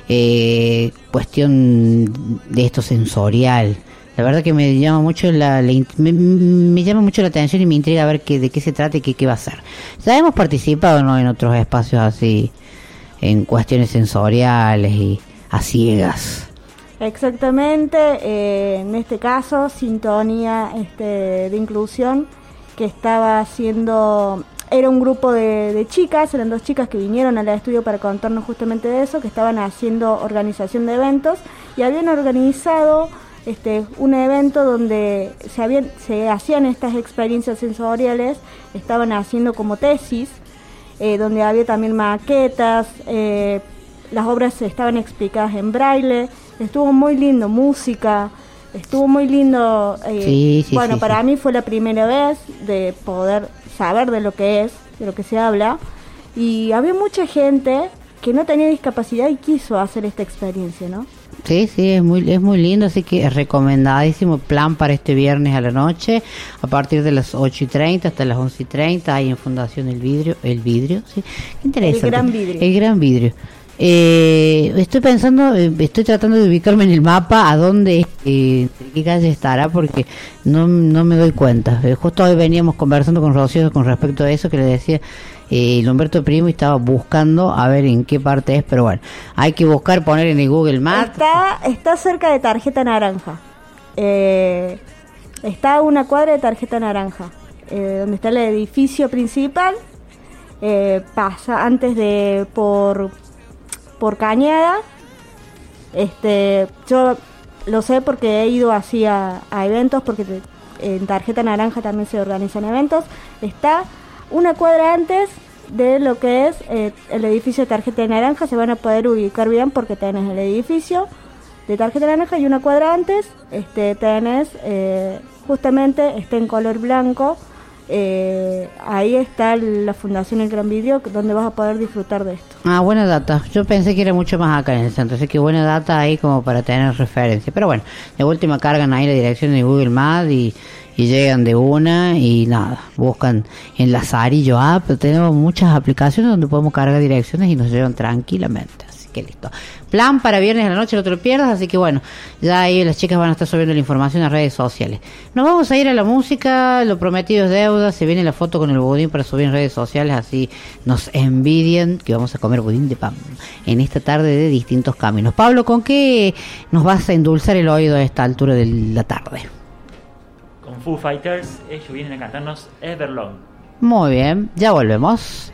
cuestión de esto sensorial. La verdad que me llama mucho me llama mucho la atención y me intriga ver de qué se trata y qué va a ser. Ya hemos participado, ¿no?, en otros espacios así, en cuestiones sensoriales y a ciegas. Exactamente, en este caso, Sintonía de Inclusión, que estaba haciendo era un grupo de chicas, eran 2 chicas que vinieron al estudio para contarnos justamente de eso, que estaban haciendo organización de eventos y habían organizado un evento donde se hacían estas experiencias sensoriales, estaban haciendo como tesis, donde había también maquetas, las obras estaban explicadas en braille, estuvo muy lindo, música, estuvo muy lindo. Para mí fue la primera vez de poder saber de lo que se habla, y había mucha gente que no tenía discapacidad y quiso hacer esta experiencia, ¿no? Sí, es muy lindo, así que es recomendadísimo plan para este viernes a la noche, a partir de las 8:30 hasta las 11:30, ahí en Fundación El Vidrio, ¿sí? Qué interesante. El Gran Vidrio. Estoy pensando, estoy tratando de ubicarme en el mapa a dónde, en qué calle estará, porque no me doy cuenta. Justo hoy veníamos conversando con Rocío con respecto a eso, que le decía Humberto Primo, y estaba buscando a ver en qué parte es, pero bueno, hay que buscar, poner en el Google Maps. Está cerca de Tarjeta Naranja, está a una cuadra de Tarjeta Naranja, donde está el edificio principal, pasa antes de por Cañada. Yo lo sé porque he ido así a eventos, porque en Tarjeta Naranja también se organizan eventos. Está una cuadra antes de lo que es el edificio de Tarjeta Naranja. Se van a poder ubicar bien porque tenés el edificio de Tarjeta Naranja y una cuadra antes tenés justamente, está en color blanco, ahí está la Fundación El Gran Vidrio, donde vas a poder disfrutar de esto. Buena data. Yo pensé que era mucho más acá en el centro, así que buena data ahí como para tener referencia. Pero bueno, de última cargan ahí la dirección de Google Maps y llegan de una, y nada, buscan en la Lazarillo App. Tenemos muchas aplicaciones donde podemos cargar direcciones y nos llevan tranquilamente, así que listo. Plan para viernes a la noche, no te lo pierdas, así que bueno, ya ahí las chicas van a estar subiendo la información a redes sociales. Nos vamos a ir a la música, lo prometido es deuda, se viene la foto con el budín para subir en redes sociales, así nos envidian que vamos a comer budín de pan en esta tarde de Distintos Caminos. Pablo, ¿con qué nos vas a endulzar el oído a esta altura de la tarde? Con Foo Fighters, ellos vienen a cantarnos Everlong. Muy bien, ya volvemos.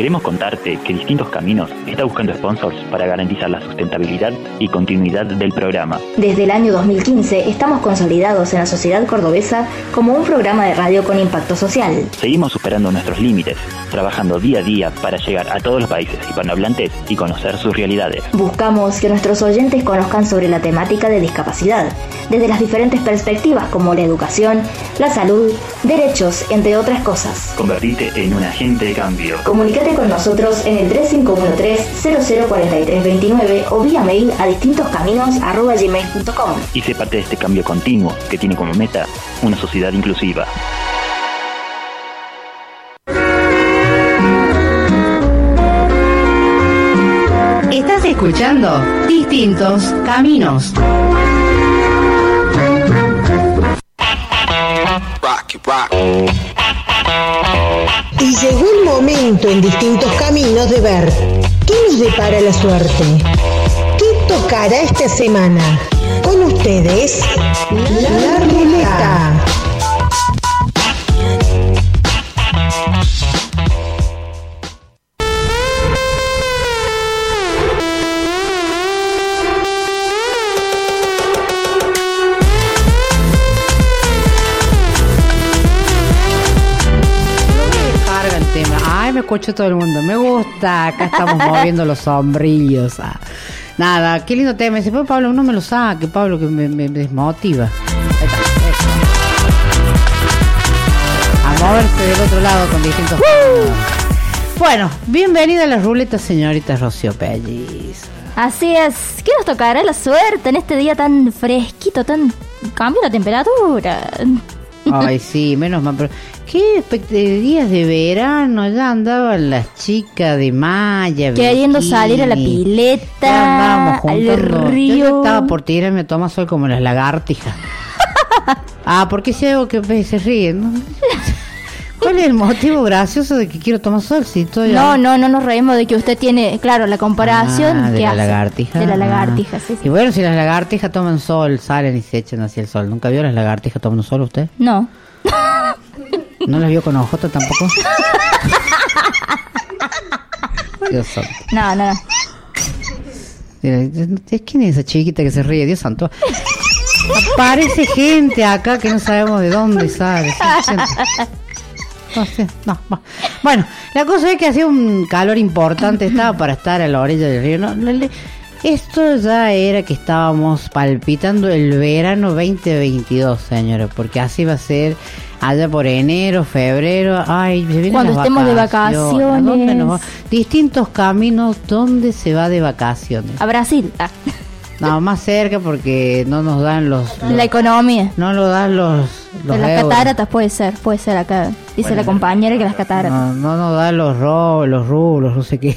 Queremos contarte que Distintos Caminos está buscando sponsors para garantizar la sustentabilidad y continuidad del programa. Desde el año 2015 estamos consolidados en la sociedad cordobesa como un programa de radio con impacto social. Seguimos superando nuestros límites, trabajando día a día para llegar a todos los países hispanohablantes y conocer sus realidades. Buscamos que nuestros oyentes conozcan sobre la temática de discapacidad, desde las diferentes perspectivas como la educación, la salud, derechos, entre otras cosas. Convertirte en un agente de cambio. Comunícate con nosotros en el 3513-004329 o vía mail a distintoscaminos@gmail.com. Y sé parte de este cambio continuo que tiene como meta una sociedad inclusiva. Estás escuchando Distintos Caminos. Y llegó el momento en Distintos Caminos de ver qué nos depara la suerte. ¿Qué tocará esta semana? Con ustedes, la ruleta. Me escucho todo el mundo, me gusta, acá estamos moviendo los sombrillos. Nada, qué lindo tema. Dice, pues Pablo, no me lo saque, Pablo, que me desmotiva. Ahí está. A moverse del otro lado con distintos. Bueno, bienvenida a la ruleta, señorita Rocío Pelliz. Así es, ¿qué nos tocará la suerte en este día tan fresquito, tan cambio la temperatura? Ay, sí, menos mal, pero qué días de verano, ya andaban las chicas de malla queriendo salir a la pileta, al río. Yo estaba por tirarme a tomar sol como las lagartijas. ¿Por qué si algo que se ríen? ¿No? ¿Cuál es el motivo gracioso de que quiero tomar sol? Si estoy no nos reímos de que usted tiene, claro, la comparación de que la hace lagartija. De la lagartija, sí. Y bueno, si las lagartijas toman sol, salen y se echan hacia el sol. ¿Nunca vio las lagartijas tomando sol usted? No. ¿No las vio con ojota tampoco? Dios santo. No. ¿Quién es esa chiquita que se ríe? Dios santo. Aparece gente acá que no sabemos de dónde sale. No. Bueno, la cosa es que hacía un calor importante, estaba para estar a la orilla del río. Esto ya era que estábamos palpitando el verano 2022, señora, porque así va a ser allá por enero, febrero. Ay, se vienen cuando las estemos vacaciones. de vacaciones. ¿Dónde nos va? Distintos caminos, ¿dónde se va de vacaciones? A Brasil. No, más cerca porque no nos dan los la economía. No lo dan los de las euros. Cataratas puede ser acá. Dice bueno, la compañera que las cataratas. No nos dan los rublos, no sé qué.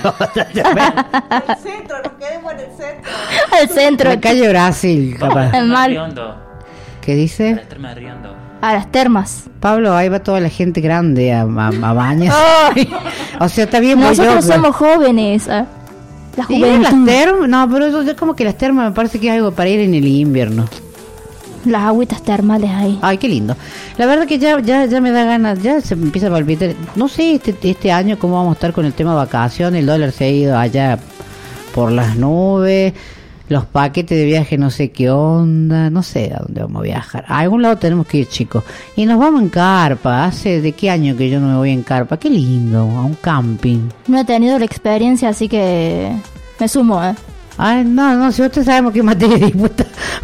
El centro, nos quedemos en el centro. El centro. La calle Brasil, capaz. ¿Qué dice? A las termas de Riondo. A las termas. Pablo, ahí va toda la gente grande a bañarse. O sea, está bien. Nosotros somos jóvenes. La juventud. Las termas, no, pero yo como que las termas me parece que es algo para ir en el invierno. Las agüitas termales ahí. Ay, qué lindo. La verdad que ya me da ganas, ya se me empieza a palpitar. No sé este año cómo vamos a estar con el tema vacaciones. El dólar se ha ido allá por las nubes. Los paquetes de viaje no sé qué onda. No sé a dónde vamos a viajar. A algún lado tenemos que ir, chicos. Y nos vamos en carpa. ¿Hace de qué año que yo no me voy en carpa? Qué lindo, a un camping. No he tenido la experiencia, así que me sumo, Ay, no, si usted sabemos qué materia disputa.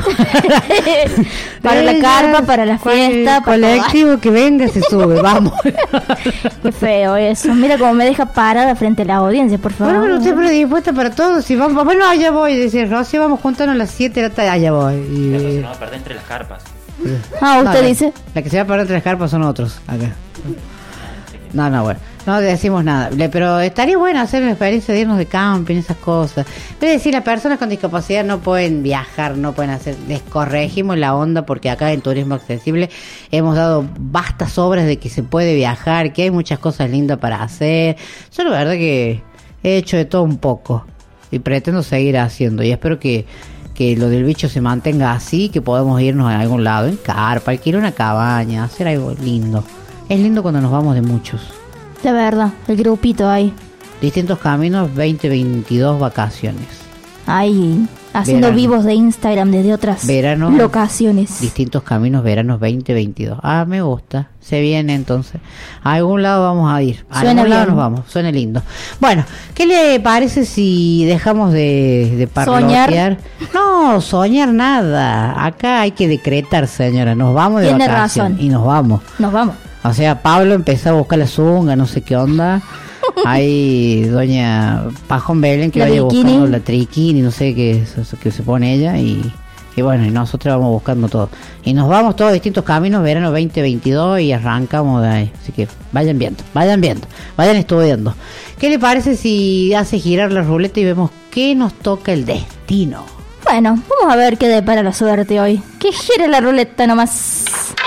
Para la carpa, para la fiesta, para colectivo todo. Que venga se sube, vamos. Qué feo eso. Mira cómo me deja parada frente a la audiencia, por favor. Bueno, pero usted predispuesta para todo. Si vamos, bueno, allá voy, dice Rosy, vamos juntarnos a las 7 de la tarde, allá voy. Y... no va a perder entre las carpas. Usted dice. La que se va a perder entre las carpas son otros, acá. No, bueno. No decimos nada, pero estaría bueno hacer la experiencia de irnos de camping, esas cosas. Es decir, las personas con discapacidad no pueden viajar, no pueden hacer, les corregimos la onda porque acá en Turismo Accesible hemos dado vastas obras de que se puede viajar, que hay muchas cosas lindas para hacer. Yo la verdad que he hecho de todo un poco y pretendo seguir haciendo y espero que lo del bicho se mantenga así, que podamos irnos a algún lado, en carpa, alquilar una cabaña, hacer algo lindo. Es lindo cuando nos vamos de muchos. De verdad, el grupito ahí. Distintos Caminos 2022 vacaciones. Ahí, haciendo Verano. vivos de Instagram desde otras Verano. locaciones. Distintos Caminos Veranos 2022. Me gusta. Se viene entonces. A algún lado vamos a ir. A Suena algún lado bien. nos vamos. Suena lindo. Bueno, ¿qué le parece si dejamos de parlotear? Soñar. No, soñar nada. Acá hay que decretar, señora. Nos vamos de Tiene vacaciones. razón. Y nos vamos. Nos vamos. O sea, Pablo empezó a buscar la zunga, no sé qué onda. Hay doña Pajón Belén que La vaya bikini. buscando la triquini, no sé qué es eso que se pone ella. Y bueno, y nosotros vamos buscando todo. Y nos vamos todos distintos caminos, verano 2022, y arrancamos de ahí. Así que vayan viendo, vayan estudiando. ¿Qué le parece si hace girar la ruleta y vemos qué nos toca el destino? Bueno, vamos a ver qué depara la suerte hoy. Que gire la ruleta nomás.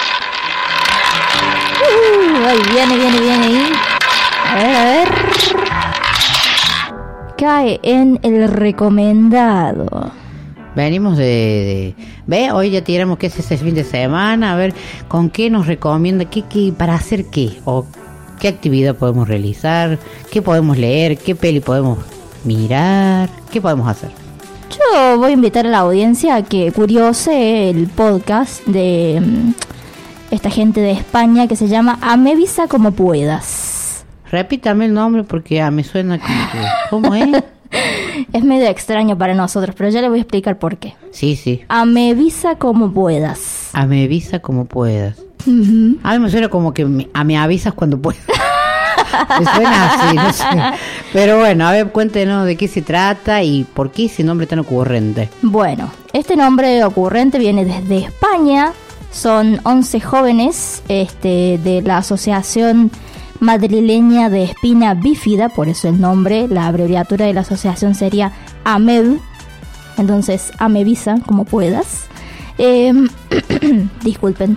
Ahí viene ahí. A ver. Cae en el recomendado. Venimos de ve, hoy ya tiramos que es ese fin de semana, a ver con qué nos recomienda, qué para hacer qué, o qué actividad podemos realizar, qué podemos leer, qué peli podemos mirar, qué podemos hacer. Yo voy a invitar a la audiencia a que curiose el podcast de esta gente de España que se llama Amevisa como puedas. Repítame el nombre porque me suena como que, ¿cómo es? Es medio extraño para nosotros, pero ya le voy a explicar por qué. Sí. Amevisa como puedas. Amevisa como puedas. Ujú. A mí me suena como que me avisas cuando puedas. Me suena así, no sé. Pero bueno, a ver, cuéntenos de qué se trata y por qué ese nombre tan ocurrente. Bueno, este nombre ocurrente viene desde España. Son 11 jóvenes de la Asociación Madrileña de Espina Bífida, por eso el nombre, la abreviatura de la asociación sería AMEB. Entonces, Amevisa, como puedas. Disculpen.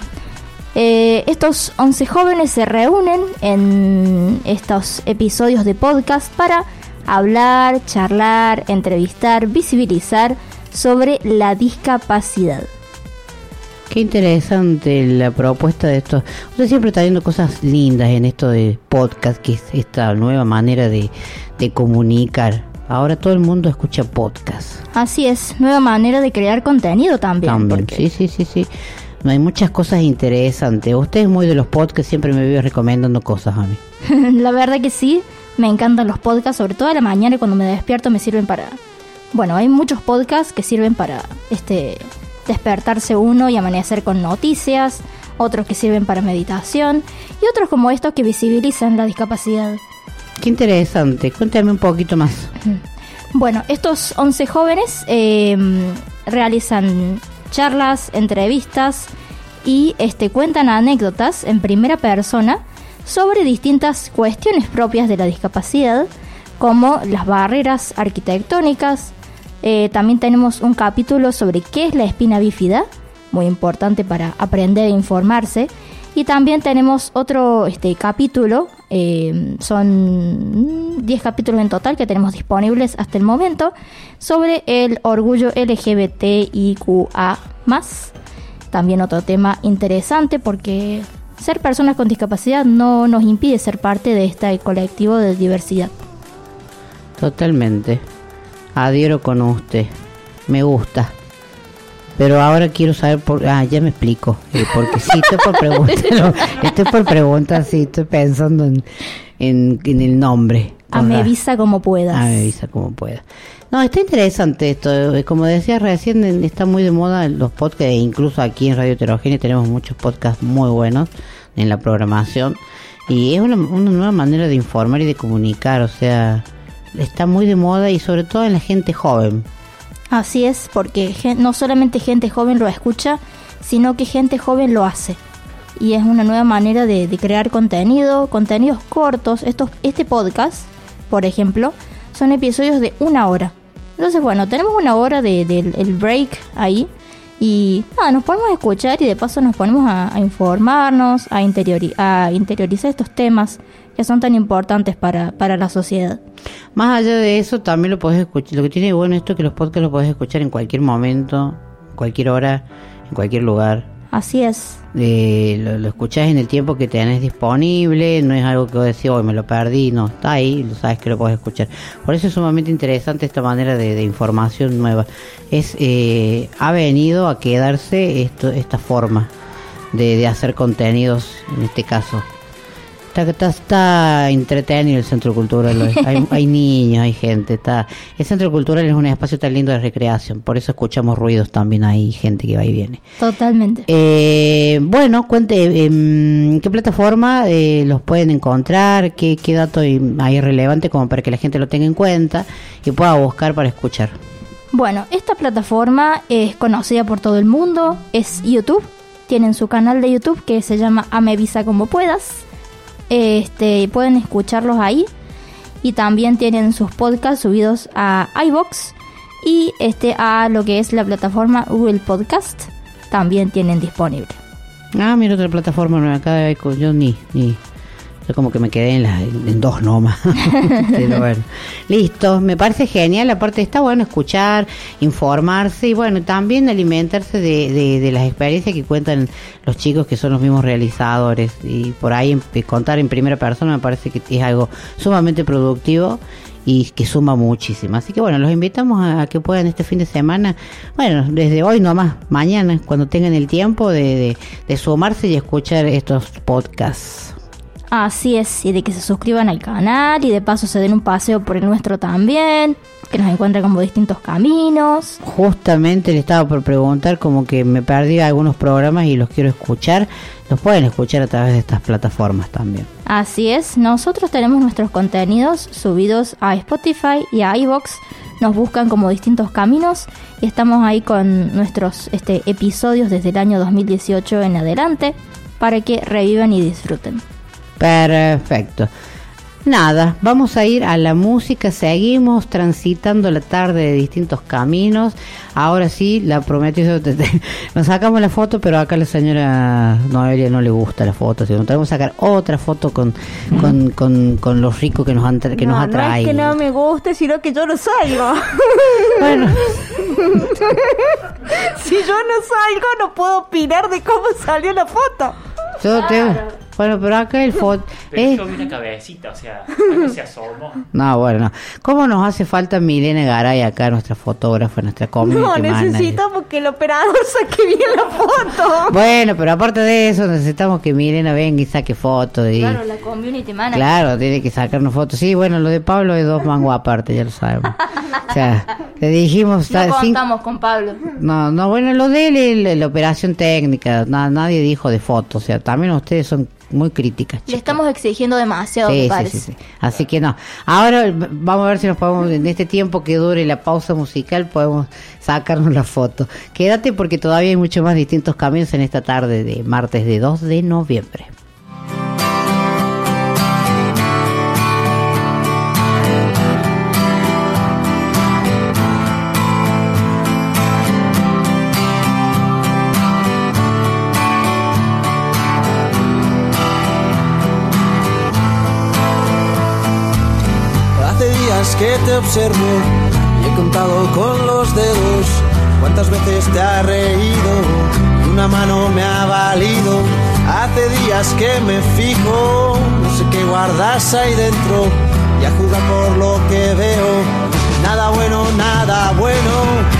Estos 11 jóvenes se reúnen en estos episodios de podcast para hablar, charlar, entrevistar, visibilizar sobre la discapacidad. Qué interesante la propuesta de esto. Usted siempre está viendo cosas lindas en esto de podcast, que es esta nueva manera de comunicar. Ahora todo el mundo escucha podcast. Así es, nueva manera de crear contenido también. Porque Sí. No hay muchas cosas interesantes. Usted es muy de los podcasts, siempre me vive recomendando cosas a mí. la verdad que sí, me encantan los podcasts, sobre todo a la mañana y cuando me despierto me sirven para... Bueno, hay muchos podcasts que sirven para despertarse uno y amanecer con noticias, otros que sirven para meditación y otros como estos que visibilizan la discapacidad. Qué interesante, cuéntame un poquito más. Bueno, estos 11 jóvenes realizan charlas, entrevistas y cuentan anécdotas en primera persona sobre distintas cuestiones propias de la discapacidad, como las barreras arquitectónicas. También tenemos un capítulo sobre qué es la espina bífida, muy importante para aprender e informarse. Y también tenemos otro capítulo, son 10 capítulos en total que tenemos disponibles hasta el momento, sobre el orgullo LGBTIQA+. También otro tema interesante porque ser personas con discapacidad no nos impide ser parte de este colectivo de diversidad. Totalmente. Adhiero con usted. Me gusta. Pero ahora quiero saber por... ya me explico. Porque sí, estoy por preguntar. Sí, estoy pensando en el nombre. Amevisa como puedas. Amevisa como puedas. No, está interesante esto. Como decía recién, está muy de moda los podcasts. Incluso aquí en Radio Heterogénea tenemos muchos podcasts muy buenos en la programación. Y es una nueva manera de informar y de comunicar. O sea, está muy de moda y sobre todo en la gente joven. Así es, porque no solamente gente joven lo escucha, sino que gente joven lo hace. Y es una nueva manera de crear contenidos cortos. Este podcast, por ejemplo, son episodios de 1 hora. Entonces, bueno, tenemos 1 hora del break ahí. Y nada, nos ponemos a escuchar y de paso nos ponemos a informarnos, a interiorizar estos temas que son tan importantes para la sociedad. Más allá de eso, también lo podés escuchar. Lo que tiene bueno esto es que los podcasts los podés escuchar en cualquier momento, cualquier hora, en cualquier lugar. Así es. Lo escuchás en el tiempo que tenés disponible, no es algo que vos decís, hoy me lo perdí, no, está ahí, lo sabes que lo podés escuchar. Por eso es sumamente interesante esta manera de información nueva. Ha venido a quedarse esta forma de hacer contenidos, en este caso. Está entretenido el centro cultural. Hay niños, hay gente. El centro cultural es un espacio tan lindo de recreación. Por eso escuchamos ruidos también. Hay gente que va y viene. Totalmente. Bueno, cuente, ¿qué plataforma los pueden encontrar? ¿Qué dato hay relevante como para que la gente lo tenga en cuenta y pueda buscar para escuchar? Bueno, esta plataforma es conocida por todo el mundo. Es YouTube. Tienen su canal de YouTube que se llama Ame Visa Como Puedas. Pueden escucharlos ahí y también tienen sus podcasts subidos a iVoox y a lo que es la plataforma Google Podcast también tienen disponible. Mira otra plataforma nueva, cada vez yo yo como que me quedé en dos nomás. Pero bueno, listo, me parece genial. Aparte está bueno escuchar, informarse y bueno, también alimentarse de las experiencias que cuentan los chicos que son los mismos realizadores, y por ahí contar en primera persona me parece que es algo sumamente productivo y que suma muchísimo. Así que bueno, los invitamos a que puedan este fin de semana, bueno, desde hoy nomás, mañana, cuando tengan el tiempo de sumarse y escuchar estos podcasts. Así es, y de que se suscriban al canal y de paso se den un paseo por el nuestro también, que nos encuentran como Distintos Caminos. Justamente le estaba por preguntar, como que me perdí algunos programas y los quiero escuchar. Los pueden escuchar a través de estas plataformas también. Así es, nosotros tenemos nuestros contenidos subidos a Spotify y a iVoox. Nos buscan como Distintos Caminos y estamos ahí con nuestros episodios desde el año 2018 en adelante para que revivan y disfruten. Perfecto. Nada, vamos a ir a la música, seguimos transitando la tarde de Distintos Caminos. Ahora sí, la prometí, nos sacamos la foto, pero acá a la señora Noelia no le gusta la foto, sino tenemos que sacar otra foto con lo rico que nos atrae. No es que no me guste, sino que yo no salgo. Bueno. Si yo no salgo, no puedo opinar de cómo salió la foto. Bueno, pero acá el foto... Pero yo vi una cabecita, o sea, acá se asomó. No, bueno, no. ¿Cómo nos hace falta Milena Garay acá, nuestra fotógrafa, nuestra community manager? No, necesitamos que el operador saque bien la foto. Bueno, pero aparte de eso, necesitamos que Milena venga y saque fotos. Claro, la community manager. Claro, tiene que sacarnos fotos. Sí, bueno, lo de Pablo es 2 mangos aparte, ya lo sabemos. O sea, le dijimos... No contamos con Pablo. No, bueno, lo de él, la operación técnica, nadie dijo de fotos. O sea, también ustedes son muy críticas, chicos. Le estamos exigiendo demasiado, me parece. Sí. Así que no. Ahora vamos a ver si nos podemos, en este tiempo que dure la pausa musical, podemos sacarnos la foto. Quédate porque todavía hay mucho más Distintos Caminos en esta tarde de martes de 2 de noviembre. Que te observo y he contado con los dedos cuántas veces te has reído y una mano me ha valido. Hace días que me fijo, no sé qué guardas ahí dentro y a juzgar por lo que veo, nada bueno, nada bueno.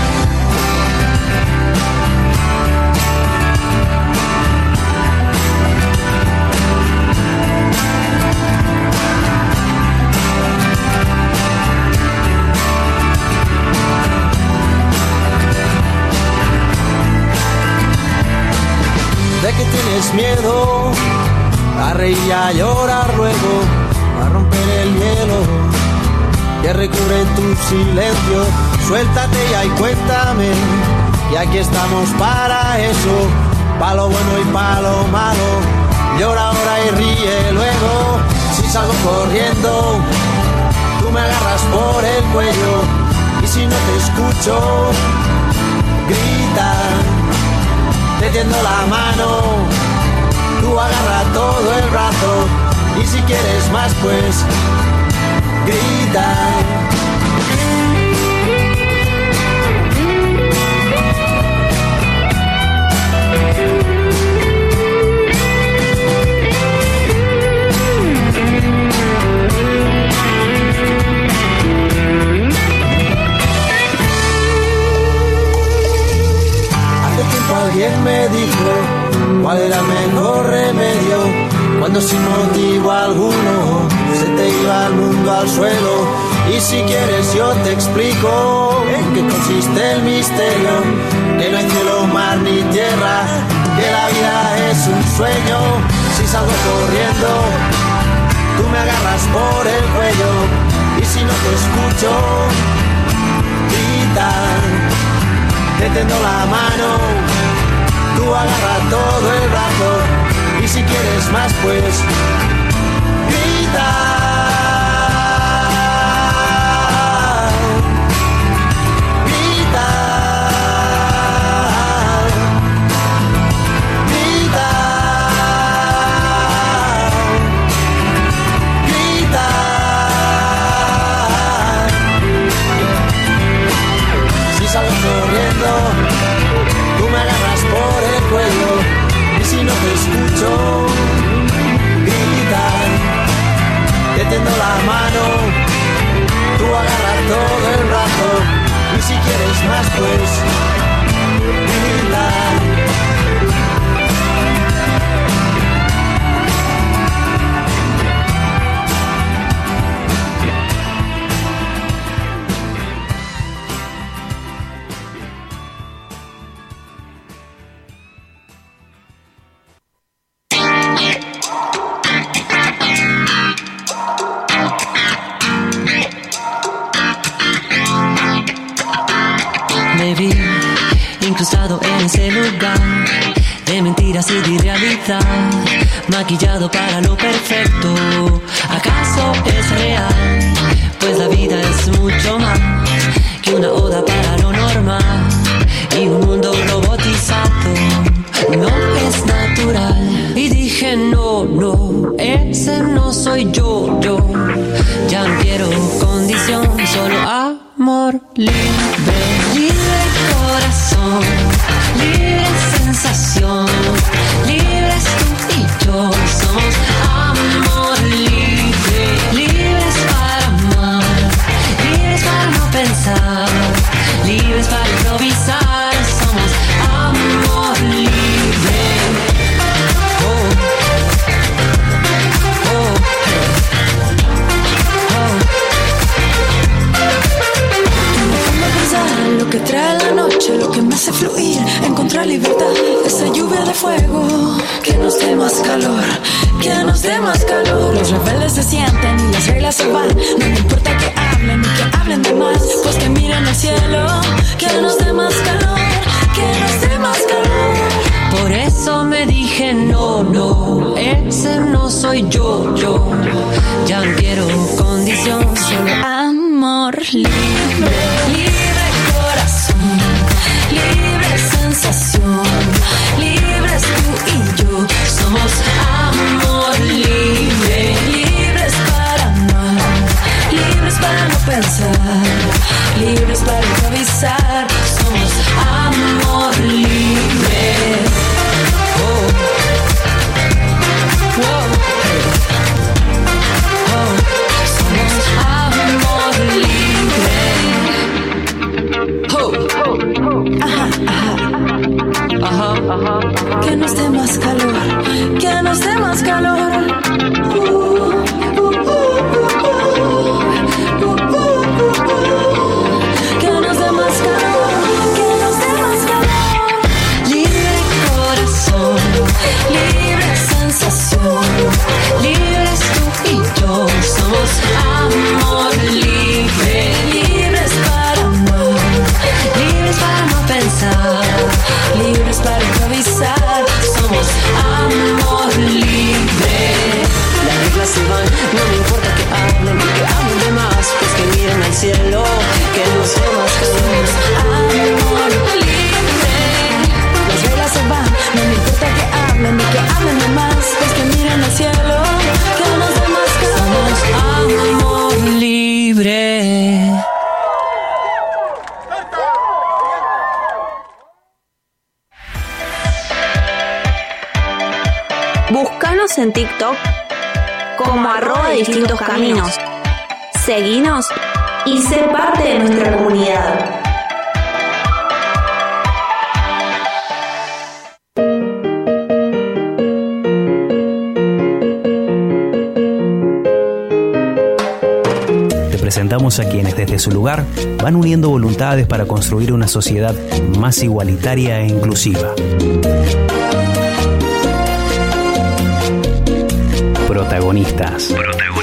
De que tienes miedo a reír y a llorar luego, a romper el hielo que recubre tu silencio. Suéltate ya y cuéntame, y aquí estamos para eso, pa' lo bueno y pa' lo malo. Llora ahora y ríe luego. Si salgo corriendo, tú me agarras por el cuello, y si no te escucho, grita. Te tiendo la mano, tú agarra todo el brazo, y si quieres más pues grita. alguien me dijo cuál era el mejor remedio cuando sin motivo alguno se te iba el mundo al suelo. Y si quieres yo te explico en qué consiste el misterio, que no hay cielo, mar ni tierra, que la vida es un sueño. Si salgo corriendo, tú me agarras por el cuello, y si no te escucho, grita, te tendo la mano, tú agarra todo el brazo, y si quieres más pues, grita. Tú me agarras por el cuello, y si no te escucho, grita, te tendo la mano, tú agarras todo el brazo, y si quieres más pues, grita. Incrustado en ese lugar de mentiras y de irrealidad, maquillado para lo perfecto. ¿Acaso es real? Pues la vida es mucho más que una oda para lo normal, y un mundo robotizado no es natural. Y dije no, no, ese no soy yo. Ya no quiero condición, solo amor libre, libre corazón, libre sensación, libres tú y yo. Somos amor libre, libres para amar, libres para no pensar, libres para improvisar. Somos amor libre. Lo que trae la noche, lo que me hace fluir, encontrar libertad, esa lluvia de fuego, que nos dé más calor, que nos dé más calor. Los rebeldes se sienten y las reglas se van, no me importa que hablen ni que hablen de más, pues que miren al cielo, que nos dé más calor, que nos dé más calor. Por eso me dije no, no, ese no soy yo. Ya no quiero condición, solo amor libre, libre corazón, libre sensación, libres tú y yo. Somos amor libre, libres para amar, libres para no pensar, libres para improvisar. Somos amor libre. Que nos dé más calor, que nos dé más calor. Que nos dé más calor, que nos dé más calor. Libre corazón, libre sensación, libres tú y yo. Somos amor libre, libres para amar, libres para no pensar, libres para improvisar. Somos amor libre. Las reglas se van, no me importa que hablen de más, pues que miren al cielo, que no sé más calor. Amor libre. Las reglas se van, no me importa que hablen de más, pues que miren al cielo, que nos dé más calor. Somos amor libre. Búscanos en TikTok como @distintos-caminos. Seguinos y sé parte de nuestra comunidad. presentamos a quienes desde su lugar van uniendo voluntades para construir una sociedad más igualitaria e inclusiva. Protagonistas.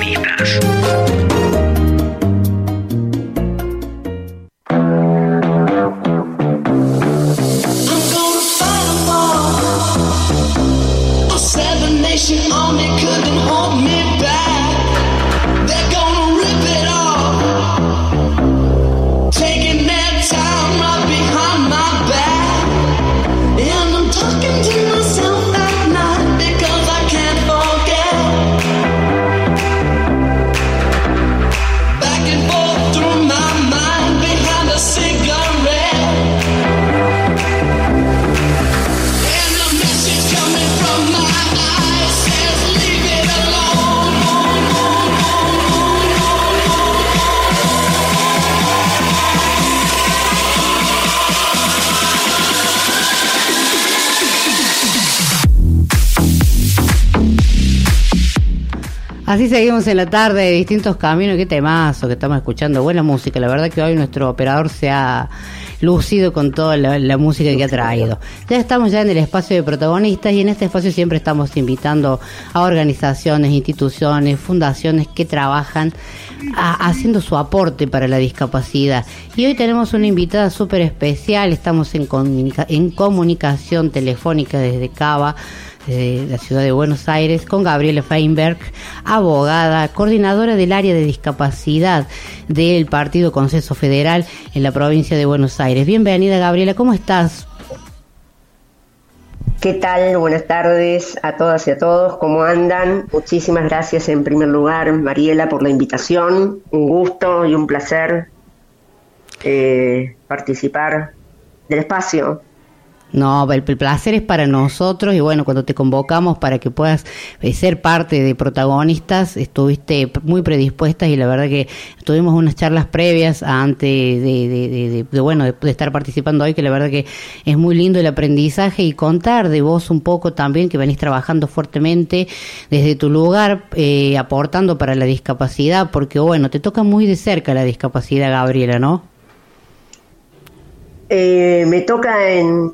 Así seguimos en la tarde de Distintos Caminos. Qué temazo que estamos escuchando, buena música. La verdad que hoy nuestro operador se ha lucido con toda la música que ha traído. Ya estamos en el espacio de protagonistas, y en este espacio siempre estamos invitando a organizaciones, instituciones, fundaciones que trabajan haciendo su aporte para la discapacidad. Y hoy tenemos una invitada súper especial. Estamos en comunicación telefónica desde Cava, de la ciudad de Buenos Aires, con Gabriela Feinberg, abogada, coordinadora del área de discapacidad del Partido Consenso Federal en la provincia de Buenos Aires. Bienvenida, Gabriela, ¿cómo estás? ¿Qué tal? Buenas tardes a todas y a todos, ¿cómo andan? Muchísimas gracias en primer lugar, Mariela, por la invitación. Un gusto y un placer participar del espacio. No, el placer es para nosotros, y bueno, cuando te convocamos para que puedas ser parte de protagonistas, estuviste muy predispuesta, y la verdad que tuvimos unas charlas previas antes de estar participando hoy, que la verdad que es muy lindo el aprendizaje, y contar de vos un poco también, que venís trabajando fuertemente desde tu lugar, aportando para la discapacidad, porque bueno, te toca muy de cerca la discapacidad, Gabriela, ¿no? Me toca en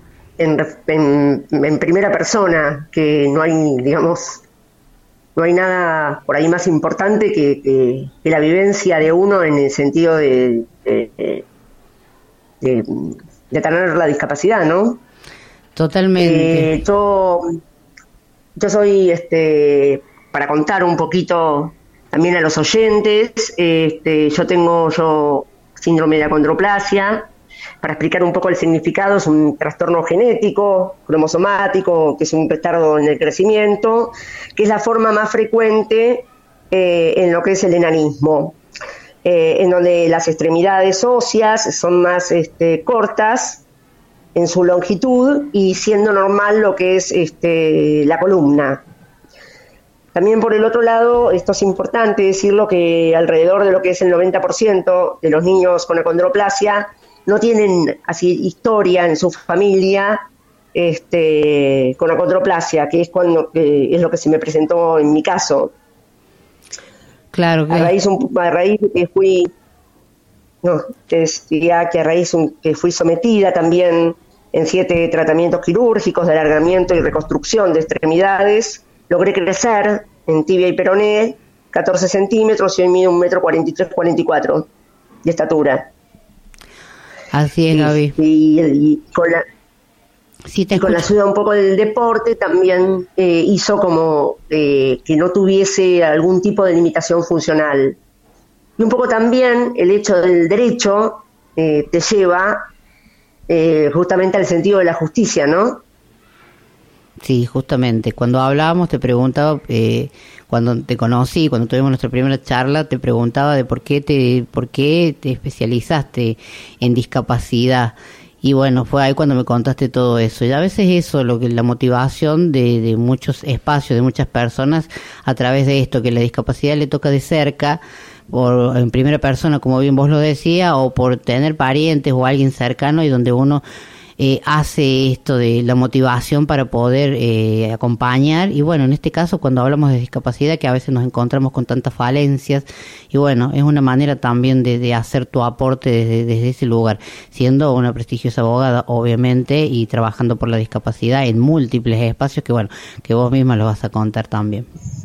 primera persona, que no hay nada por ahí más importante que la vivencia de uno en el sentido de tener la discapacidad, ¿no? Totalmente. Yo soy, para contar un poquito también a los oyentes, yo tengo síndrome de acondroplasia. Para explicar un poco el significado, es un trastorno genético, cromosomático, que es un retardo en el crecimiento, que es la forma más frecuente en lo que es el enanismo, en donde las extremidades óseas son más cortas en su longitud, y siendo normal lo que es la columna. También por el otro lado, esto es importante decirlo, que alrededor de lo que es el 90% de los niños con acondroplasia no tienen así historia en su familia con acondroplasia, que es es lo que se me presentó en mi caso. Claro que... A raíz de que fui, que fui sometida también en 7 tratamientos quirúrgicos de alargamiento y reconstrucción de extremidades, logré crecer en tibia y peroné 14 centímetros, y hoy mido 1,43 m de estatura. Así es, Gaby. Y con la ayuda un poco del deporte también hizo como que no tuviese algún tipo de limitación funcional. Y un poco también el hecho del derecho te lleva justamente al sentido de la justicia, ¿no? Sí, justamente. Cuando hablábamos te preguntaba, cuando te conocí, cuando tuvimos nuestra primera charla, te preguntaba de por qué te especializaste en discapacidad. Y bueno, fue ahí cuando me contaste todo eso. Y a veces eso, la motivación de muchos espacios, de muchas personas, a través de esto, que la discapacidad le toca de cerca, en primera persona, como bien vos lo decías, o por tener parientes o alguien cercano, y donde uno hace esto de la motivación para poder acompañar. Y bueno, en este caso, cuando hablamos de discapacidad, que a veces nos encontramos con tantas falencias, y bueno, es una manera también de hacer tu aporte desde ese lugar, siendo una prestigiosa abogada, obviamente, y trabajando por la discapacidad en múltiples espacios que, bueno, que vos misma lo vas a contar también.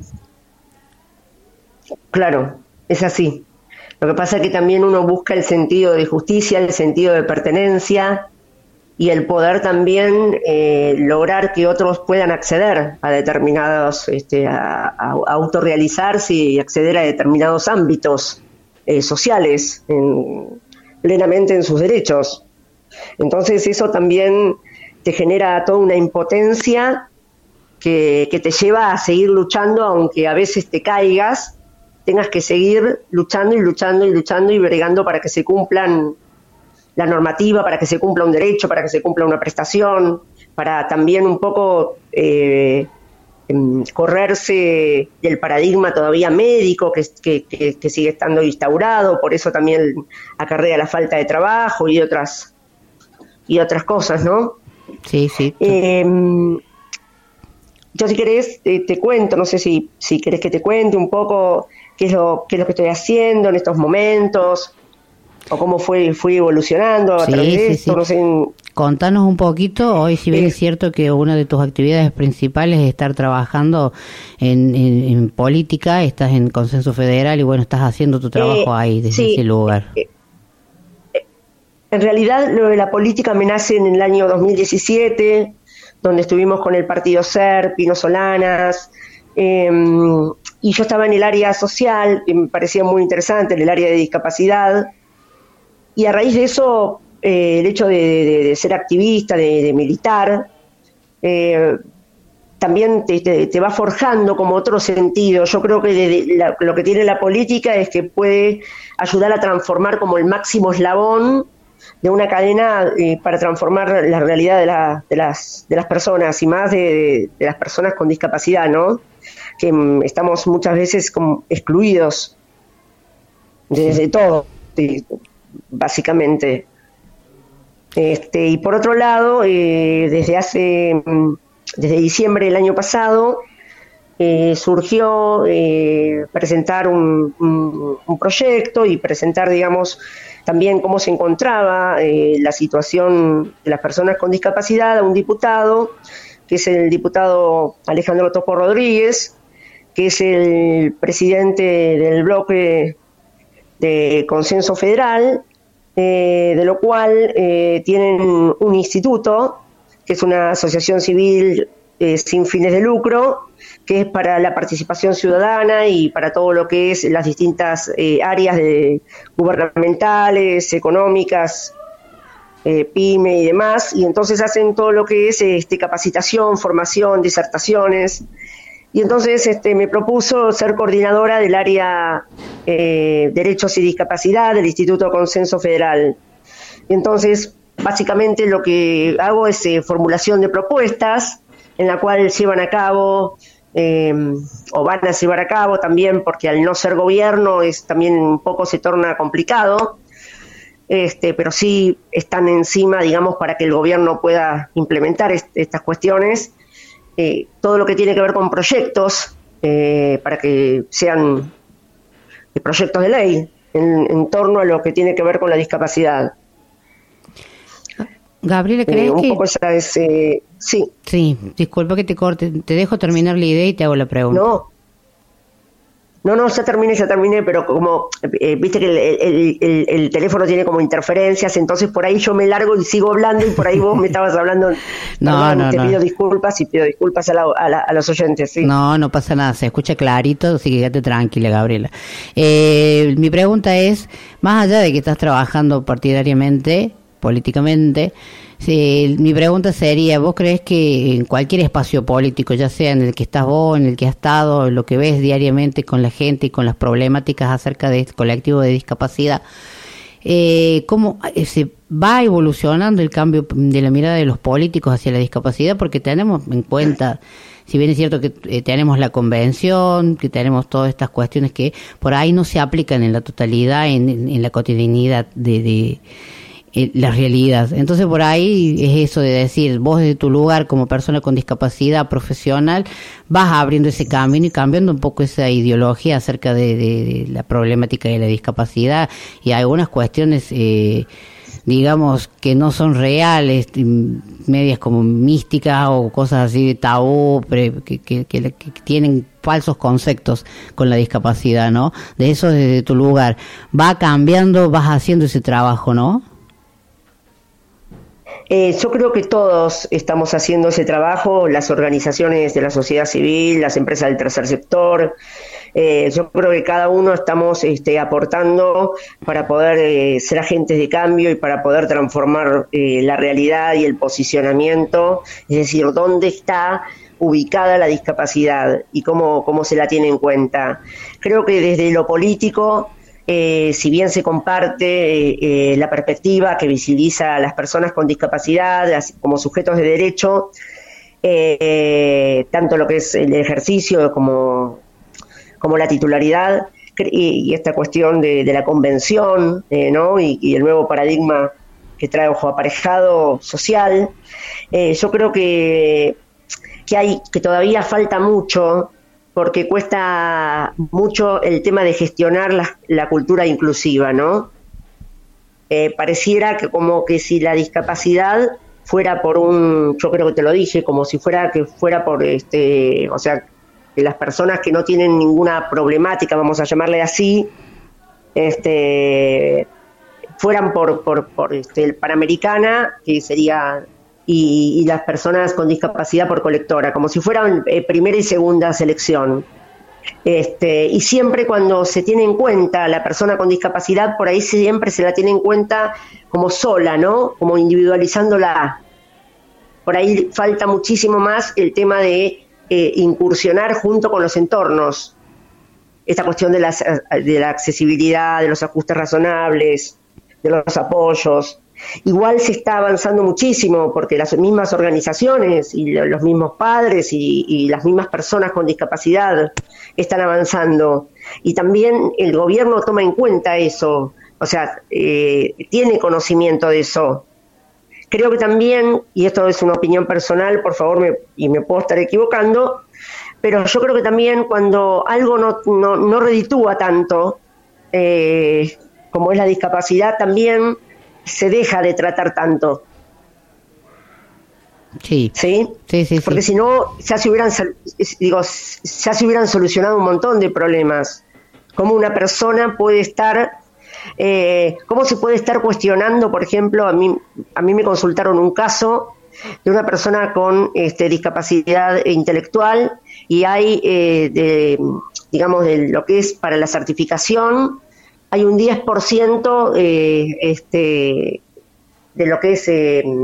Claro, es así. Lo que pasa es que también uno busca el sentido de justicia, el sentido de pertenencia y el poder también lograr que otros puedan acceder a determinados, a autorrealizarse y acceder a determinados ámbitos sociales, plenamente en sus derechos. Entonces eso también te genera toda una impotencia que te lleva a seguir luchando, aunque a veces te caigas, tengas que seguir luchando y bregando para que se cumplan la normativa, para que se cumpla un derecho, para que se cumpla una prestación, para también un poco correrse del paradigma todavía médico que sigue estando instaurado, por eso también acarrea la falta de trabajo y otras cosas, ¿no? Sí, sí. Yo si querés te cuento, no sé si querés que te cuente un poco qué es lo que estoy haciendo en estos momentos, o cómo fui evolucionando a través de esto, no sé. Contanos un poquito, hoy si bien es cierto que una de tus actividades principales es estar trabajando en política, estás en Consenso Federal y bueno, estás haciendo tu trabajo ahí, desde ese lugar. En realidad lo de la política me nace en el año 2017, donde estuvimos con el partido SER, Pino Solanas, y yo estaba en el área social, que me parecía muy interesante, en el área de discapacidad, y a raíz de eso, el hecho de ser activista, de militar, también te va forjando como otro sentido. Yo creo que lo que tiene la política es que puede ayudar a transformar como el máximo eslabón de una cadena para transformar la realidad de las personas, y más de las personas con discapacidad, ¿no? Que estamos muchas veces como excluidos desde todo, básicamente. Y por otro lado, desde diciembre del año pasado, surgió presentar un proyecto y presentar, digamos, también cómo se encontraba la situación de las personas con discapacidad a un diputado, que es el diputado Alejandro Topo Rodríguez, que es el presidente del bloque de Consenso Federal, de lo cual tienen un instituto, que es una asociación civil sin fines de lucro, que es para la participación ciudadana y para todo lo que es las distintas áreas gubernamentales, económicas, PYME y demás, y entonces hacen todo lo que es capacitación, formación, disertaciones, y entonces me propuso ser coordinadora del área Derechos y Discapacidad del Instituto Consenso Federal. Y entonces, básicamente lo que hago es formulación de propuestas, en la cual llevan a cabo, o van a llevar a cabo también, porque al no ser gobierno también un poco se torna complicado, pero sí están encima, digamos, para que el gobierno pueda implementar estas cuestiones, todo lo que tiene que ver con proyectos, para que sean proyectos de ley en torno a lo que tiene que ver con la discapacidad. Gabriela, ¿crees un que...? poco esa es... sí. Sí, disculpa que te corte, te dejo terminar la idea y te hago la pregunta. No, ya terminé, pero como viste que el teléfono tiene como interferencias, entonces por ahí yo me largo y sigo hablando y por ahí vos me estabas hablando. Te pido disculpas y pido disculpas a los oyentes. ¿Sí? No pasa nada, se escucha clarito, así que quédate tranquila, Gabriela. Mi pregunta es, más allá de que estás trabajando partidariamente, políticamente, mi pregunta sería, ¿vos crees que en cualquier espacio político, ya sea en el que estás vos, en el que has estado, lo que ves diariamente con la gente y con las problemáticas acerca de este colectivo de discapacidad, cómo se va evolucionando el cambio de la mirada de los políticos hacia la discapacidad? Porque tenemos en cuenta, si bien es cierto que tenemos la convención, que tenemos todas estas cuestiones que por ahí no se aplican en la totalidad, en la cotidianidad la realidad. Entonces por ahí es eso de decir, vos desde tu lugar como persona con discapacidad profesional vas abriendo ese camino y cambiando un poco esa ideología acerca de la problemática de la discapacidad y algunas cuestiones digamos que no son reales, medias como místicas o cosas así de tabú, que tienen falsos conceptos con la discapacidad, ¿no? De eso desde tu lugar va cambiando, vas haciendo ese trabajo, ¿no? Yo creo que todos estamos haciendo ese trabajo, las organizaciones de la sociedad civil, las empresas del tercer sector. Yo creo que cada uno estamos aportando para poder ser agentes de cambio y para poder transformar la realidad y el posicionamiento, es decir, dónde está ubicada la discapacidad y cómo se la tiene en cuenta. Creo que desde lo político, si bien se comparte la perspectiva que visibiliza a las personas con discapacidad como sujetos de derecho, tanto lo que es el ejercicio como la titularidad y esta cuestión de la convención, ¿no? y el nuevo paradigma que trae ojo aparejado social, yo creo que todavía falta mucho, porque cuesta mucho el tema de gestionar la cultura inclusiva, ¿no? Pareciera que como que si la discapacidad fuera yo creo que te lo dije, como si fuera por o sea, que las personas que no tienen ninguna problemática, vamos a llamarle así, fueran por el Panamericana, que sería, y las personas con discapacidad por colectora, como si fueran primera y segunda selección. Y siempre cuando se tiene en cuenta la persona con discapacidad, por ahí siempre se la tiene en cuenta como sola, ¿no? Como individualizándola. Por ahí falta muchísimo más el tema de incursionar junto con los entornos. Esta cuestión de la accesibilidad, de los ajustes razonables, de los apoyos. Igual se está avanzando muchísimo porque las mismas organizaciones y los mismos padres y las mismas personas con discapacidad están avanzando. Y también el gobierno toma en cuenta eso, o sea, tiene conocimiento de eso. Creo que también, y esto es una opinión personal, por favor, me puedo estar equivocando, pero yo creo que también cuando algo no reditúa tanto, como es la discapacidad, también se deja de tratar tanto. Sí. ¿Sí? Sí. Porque si no, ya se hubieran solucionado un montón de problemas. ¿Cómo una persona puede estar, cómo se puede estar cuestionando, por ejemplo, a mí me consultaron un caso de una persona con discapacidad intelectual y hay, digamos, de lo que es para la certificación, hay un 10% de lo que es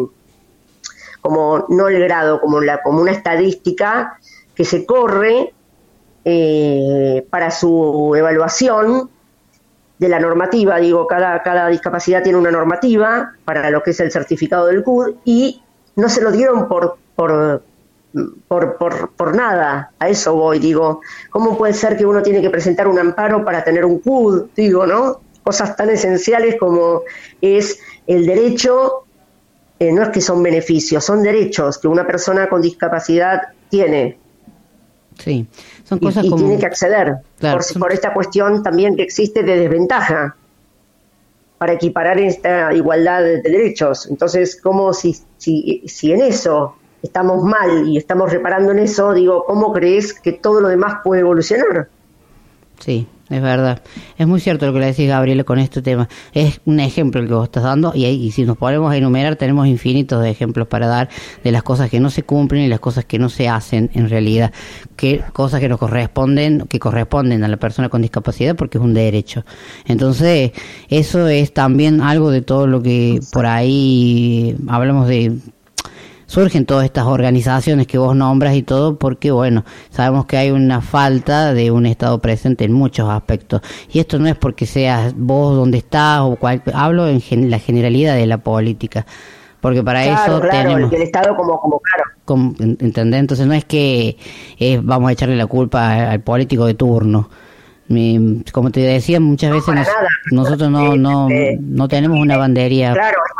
como no el grado, como una estadística que se corre para su evaluación de la normativa. Digo, cada discapacidad tiene una normativa para lo que es el certificado del CUD y no se lo dieron por nada. A eso voy, digo, ¿cómo puede ser que uno tiene que presentar un amparo para tener un CUD? Digo, ¿no? Cosas tan esenciales como es el derecho, no es que son beneficios, son derechos que una persona con discapacidad tiene. Sí, son cosas y como... tiene que acceder, claro, por esta cuestión también que existe de desventaja para equiparar esta igualdad de derechos. Entonces, ¿cómo si en eso estamos mal y estamos reparando en eso, digo, ¿cómo crees que todo lo demás puede evolucionar? Sí, es verdad. Es muy cierto lo que le decís, Gabriela, con este tema. Es un ejemplo el que vos estás dando y si nos ponemos a enumerar tenemos infinitos de ejemplos para dar de las cosas que no se cumplen y las cosas que no se hacen en realidad, que cosas que corresponden a la persona con discapacidad porque es un derecho. Entonces, eso es también algo de todo lo que por ahí hablamos de... Surgen todas estas organizaciones que vos nombras y todo porque, bueno, sabemos que hay una falta de un Estado presente en muchos aspectos. Y esto no es porque seas vos donde estás o hablo en la generalidad de la política. Porque para eso tenemos... el Estado como claro. ¿Entendés? Entonces no es que vamos a echarle la culpa al político de turno. Como te decía, muchas veces nosotros no tenemos una bandería.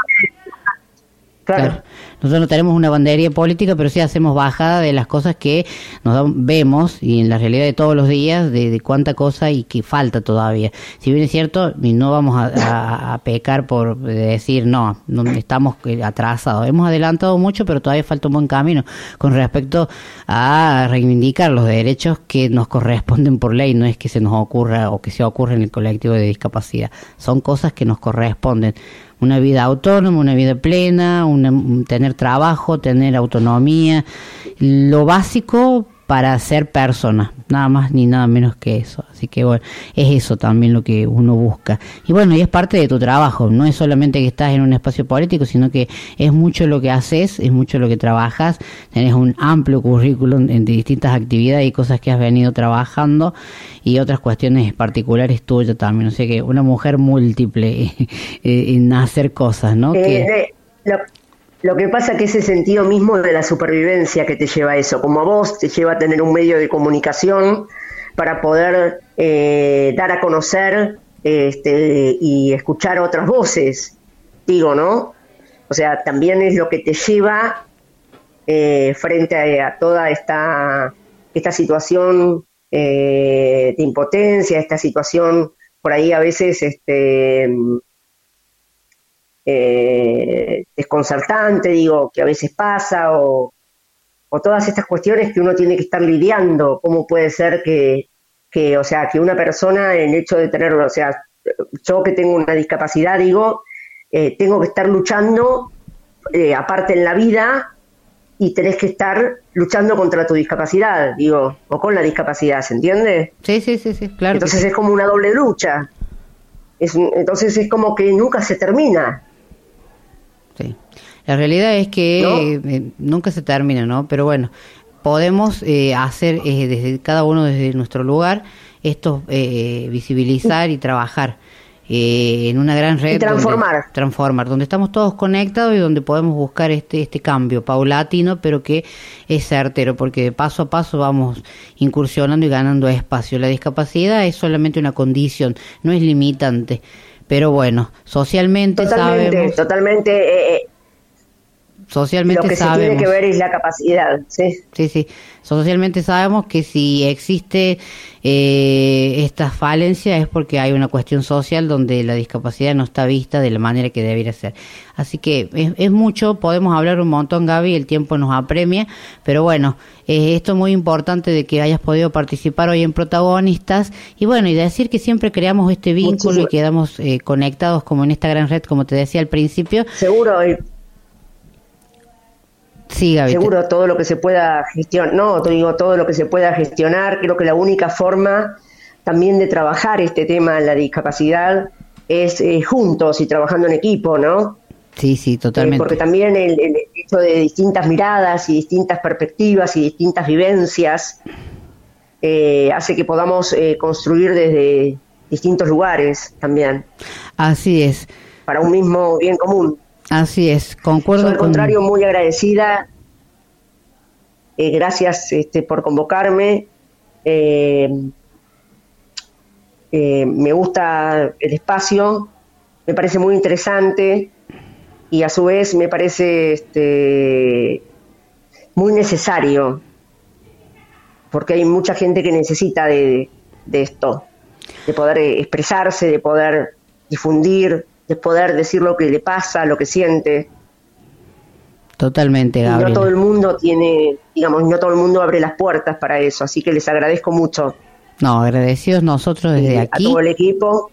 Claro. Nosotros no tenemos una bandería política, pero sí hacemos bajada de las cosas que vemos y en la realidad de todos los días, de cuánta cosa y que falta todavía. Si bien es cierto, no vamos a pecar por decir no estamos atrasados. Hemos adelantado mucho, pero todavía falta un buen camino con respecto a reivindicar los derechos que nos corresponden por ley. No es que se nos ocurra o que se ocurra en el colectivo de discapacidad. Son cosas que nos corresponden. Una vida autónoma, una vida plena, tener trabajo, tener autonomía, lo básico para ser persona, nada más ni nada menos que eso. Así que bueno, es eso también lo que uno busca. Y bueno, y es parte de tu trabajo, no es solamente que estás en un espacio político, sino que es mucho lo que haces, es mucho lo que trabajas, tenés un amplio currículum en distintas actividades y cosas que has venido trabajando y otras cuestiones particulares tuyas también. O sea que una mujer múltiple en hacer cosas, ¿no? Lo que pasa que ese sentido mismo de la supervivencia que te lleva a eso, como a vos te lleva a tener un medio de comunicación para poder dar a conocer y escuchar otras voces, digo, ¿no? O sea, también es lo que te lleva frente a toda esta situación de impotencia, esta situación por ahí a veces desconcertante, digo, que a veces pasa, o todas estas cuestiones que uno tiene que estar lidiando. ¿Cómo puede ser que una persona, en el hecho de tenerlo, o sea, yo que tengo una discapacidad, digo, tengo que estar luchando, aparte en la vida, y tenés que estar luchando contra tu discapacidad, digo, o con la discapacidad, ¿se entiende? Sí, claro. Entonces es como una doble lucha. Entonces es como que nunca se termina. Sí. La realidad es que nunca se termina, ¿no? Pero bueno, podemos hacer desde cada uno desde nuestro lugar esto, visibilizar y trabajar en una gran red. Y transformar, donde estamos todos conectados y donde podemos buscar este cambio paulatino, pero que es certero, porque de paso a paso vamos incursionando y ganando espacio. La discapacidad es solamente una condición, no es limitante. Pero bueno, socialmente sabemos... Socialmente lo que sabemos, se tiene que ver es la capacidad, ¿sí? Sí. Socialmente sabemos que si existe esta falencia es porque hay una cuestión social donde la discapacidad no está vista de la manera que debería ser. Así que es mucho, podemos hablar un montón, Gaby, el tiempo nos apremia, pero bueno, esto es muy importante de que hayas podido participar hoy en Protagonistas y bueno, y decir que siempre creamos este vínculo y quedamos conectados como en esta gran red, como te decía al principio. Seguro, sí, Gaby. Seguro todo lo que se pueda gestionar, todo lo que se pueda gestionar, creo que la única forma también de trabajar este tema de la discapacidad es juntos y trabajando en equipo, ¿no? Sí, totalmente. Porque también el hecho de distintas miradas y distintas perspectivas y distintas vivencias hace que podamos construir desde distintos lugares también. Así es. Para un mismo bien común. Así es, concuerdo. Yo, al contrario, muy agradecida. Gracias por convocarme. Me gusta el espacio, me parece muy interesante y a su vez me parece muy necesario, porque hay mucha gente que necesita de esto, de poder expresarse, de poder difundir, de poder decir lo que le pasa, lo que siente. Totalmente, Gabriela. Y no todo el mundo no todo el mundo abre las puertas para eso, así que les agradezco mucho. No, agradecidos nosotros desde aquí. A todo el equipo.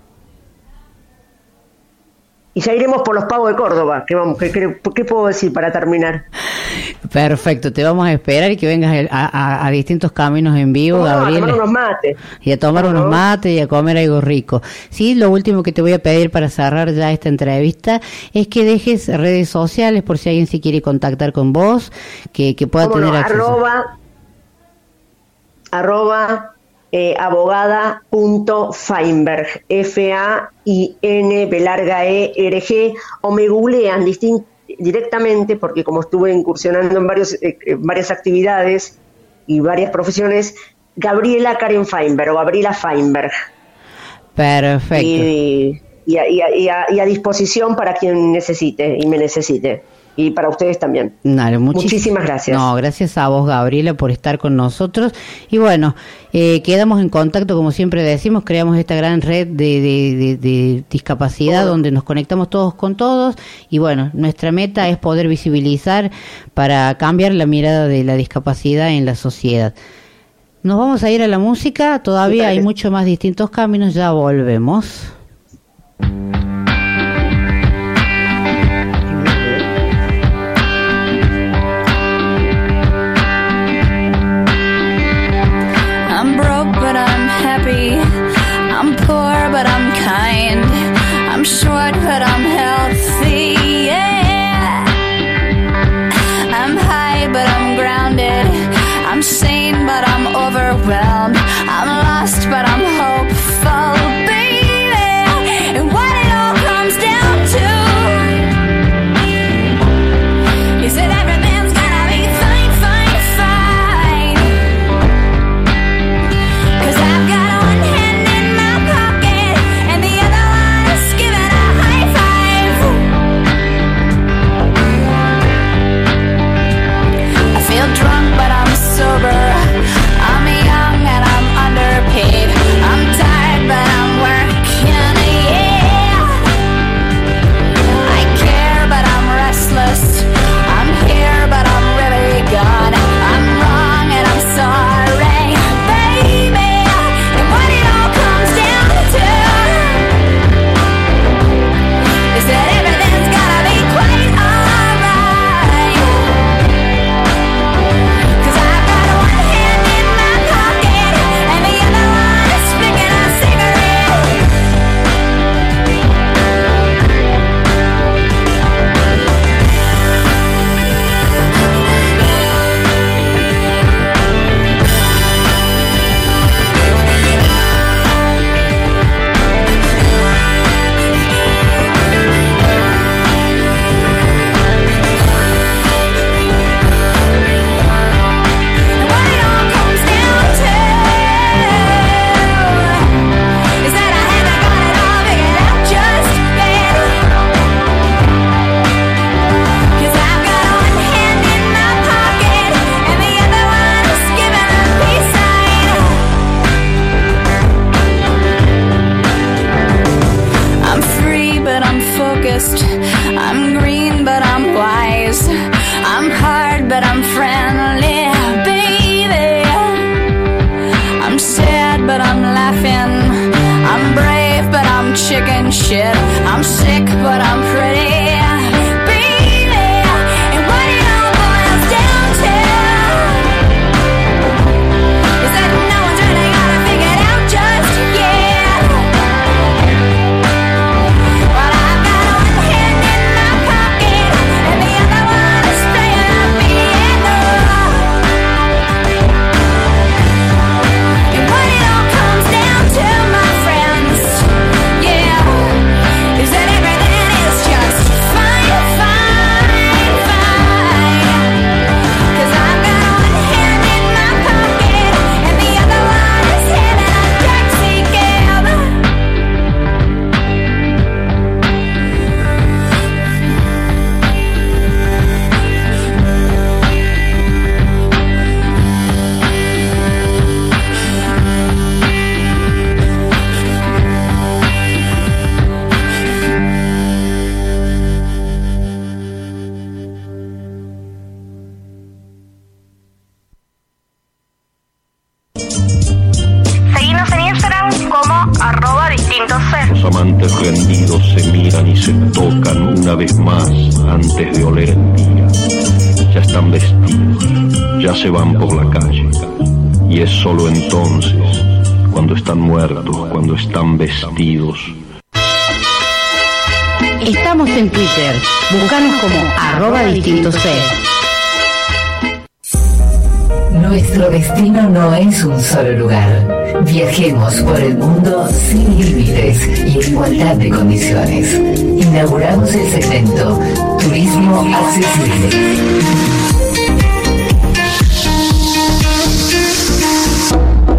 Y ya iremos por los pavos de Córdoba. ¿Qué puedo decir para terminar? Perfecto, te vamos a esperar y que vengas a distintos caminos en vivo, Gabriel. A tomar unos mates. Y a tomar unos mates y a comer algo rico. Sí, lo último que te voy a pedir para cerrar ya esta entrevista es que dejes redes sociales por si alguien se quiere contactar con vos, que pueda tener acceso. abogada.feinberg, FAINBERG, o me googlean directamente, porque como estuve incursionando en varias actividades y varias profesiones, Gabriela Karen Feinberg o Gabriela Feinberg. Perfecto. Y a disposición para quien necesite y me necesite. Y para ustedes también. Dale, muchísimas gracias. No, gracias a vos, Gabriela, por estar con nosotros. Y bueno, quedamos en contacto, como siempre decimos, creamos esta gran red de discapacidad donde nos conectamos todos con todos. Y bueno, nuestra meta es poder visibilizar para cambiar la mirada de la discapacidad en la sociedad. Nos vamos a ir a la música, todavía hay mucho más distintos caminos, ya volvemos. I'm broke, but I'm happy. I'm poor, but I'm kind. I'm short, but I'm healthy. Yeah. I'm high, but I'm grounded. I'm sane, but I'm overwhelmed. I'm lost, but I'm hopeful, baby. And what it all comes down to is that everything's gonna be fine, fine, fine. 'Cause I've got one hand in my pocket and the other one is giving a high five. I feel drunk, but I'm sober. I'm young and I'm underpaid. I'm tired, but I'm working, yeah. I care, but I'm restless. I'm here, but I'm really gone. I'm wrong and I'm sorry, baby. And what it all comes down to is that everything's gonna be quite alright. 'Cause I've got one hand in my pocket and the other one is flicking a cigarette. And what it all comes down to is that I haven't got it all figured out just yet. 'Cause I've got one hand in my pocket and the other one is giving a peace sign. I'm free, but I'm focused. I'm green, but I'm wise. I'm hard, but I'm friendly, baby. I'm sad, but I'm laughing. I'm brave, but I'm chicken shit. I'm sick, but I'm pretty, baby. And what it all boils down to is that no one's really got it figured out just yet. But I've got one hand in my pocket and the other one is playing a piano. And what it all comes down to, my friends, yeah, is that everything is just fine, fine, fine. 'Cause I've got one hand in my pocket and the other one is having a taxi cab. Seguinos en Instagram como @distintoser. Los amantes rendidos se miran y se tocan una vez más antes de oler el día. Ya están vestidos, ya se van por la calle. Y es solo entonces, cuando están muertos, cuando están vestidos. Estamos en Twitter, búscanos como @distintoser. Nuestro destino no es un solo lugar. Viajemos por el mundo sin límites y en igualdad de condiciones. Inauguramos el segmento Turismo Accesible.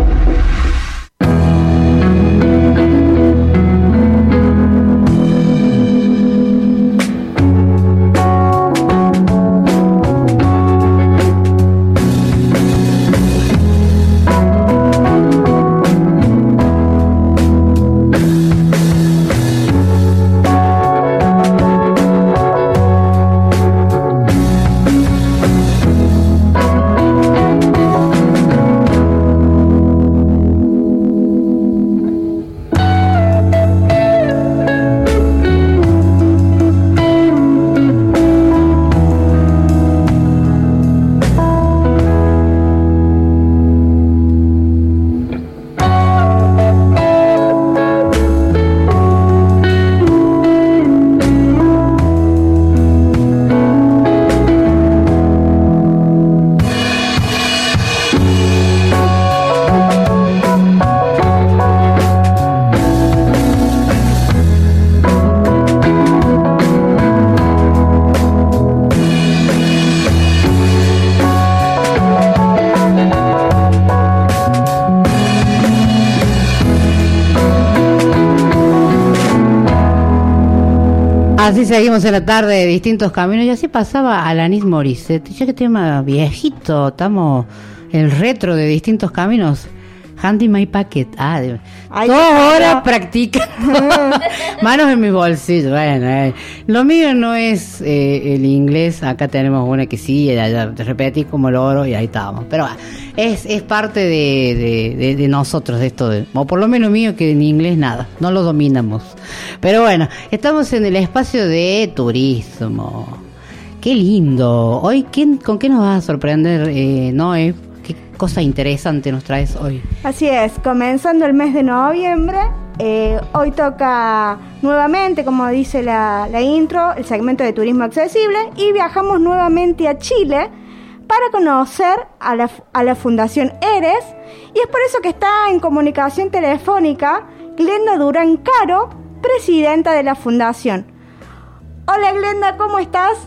Así seguimos en la tarde de Distintos Caminos y así pasaba Alanis Morissette. Ya que tema viejito, estamos el retro de Distintos Caminos. Handy my packet. 2 horas practicando. Manos en mi bolsillo. Bueno, lo mío no es el inglés. Acá tenemos una que sí, allá te repetí como el oro y ahí estamos. Pero es parte de nosotros esto, o por lo menos mío, que en inglés nada, no lo dominamos. Pero bueno, estamos en el espacio de turismo. Qué lindo. Hoy, ¿con qué nos vas a sorprender, Noé? ¿Qué cosa interesante nos traes hoy? Así es, comenzando el mes de noviembre, hoy toca nuevamente, como dice la intro, el segmento de turismo accesible y viajamos nuevamente a Chile para conocer a la Fundación Eres, y es por eso que está en comunicación telefónica Glenda Durán Caro, presidenta de la Fundación. Hola Glenda, ¿cómo estás?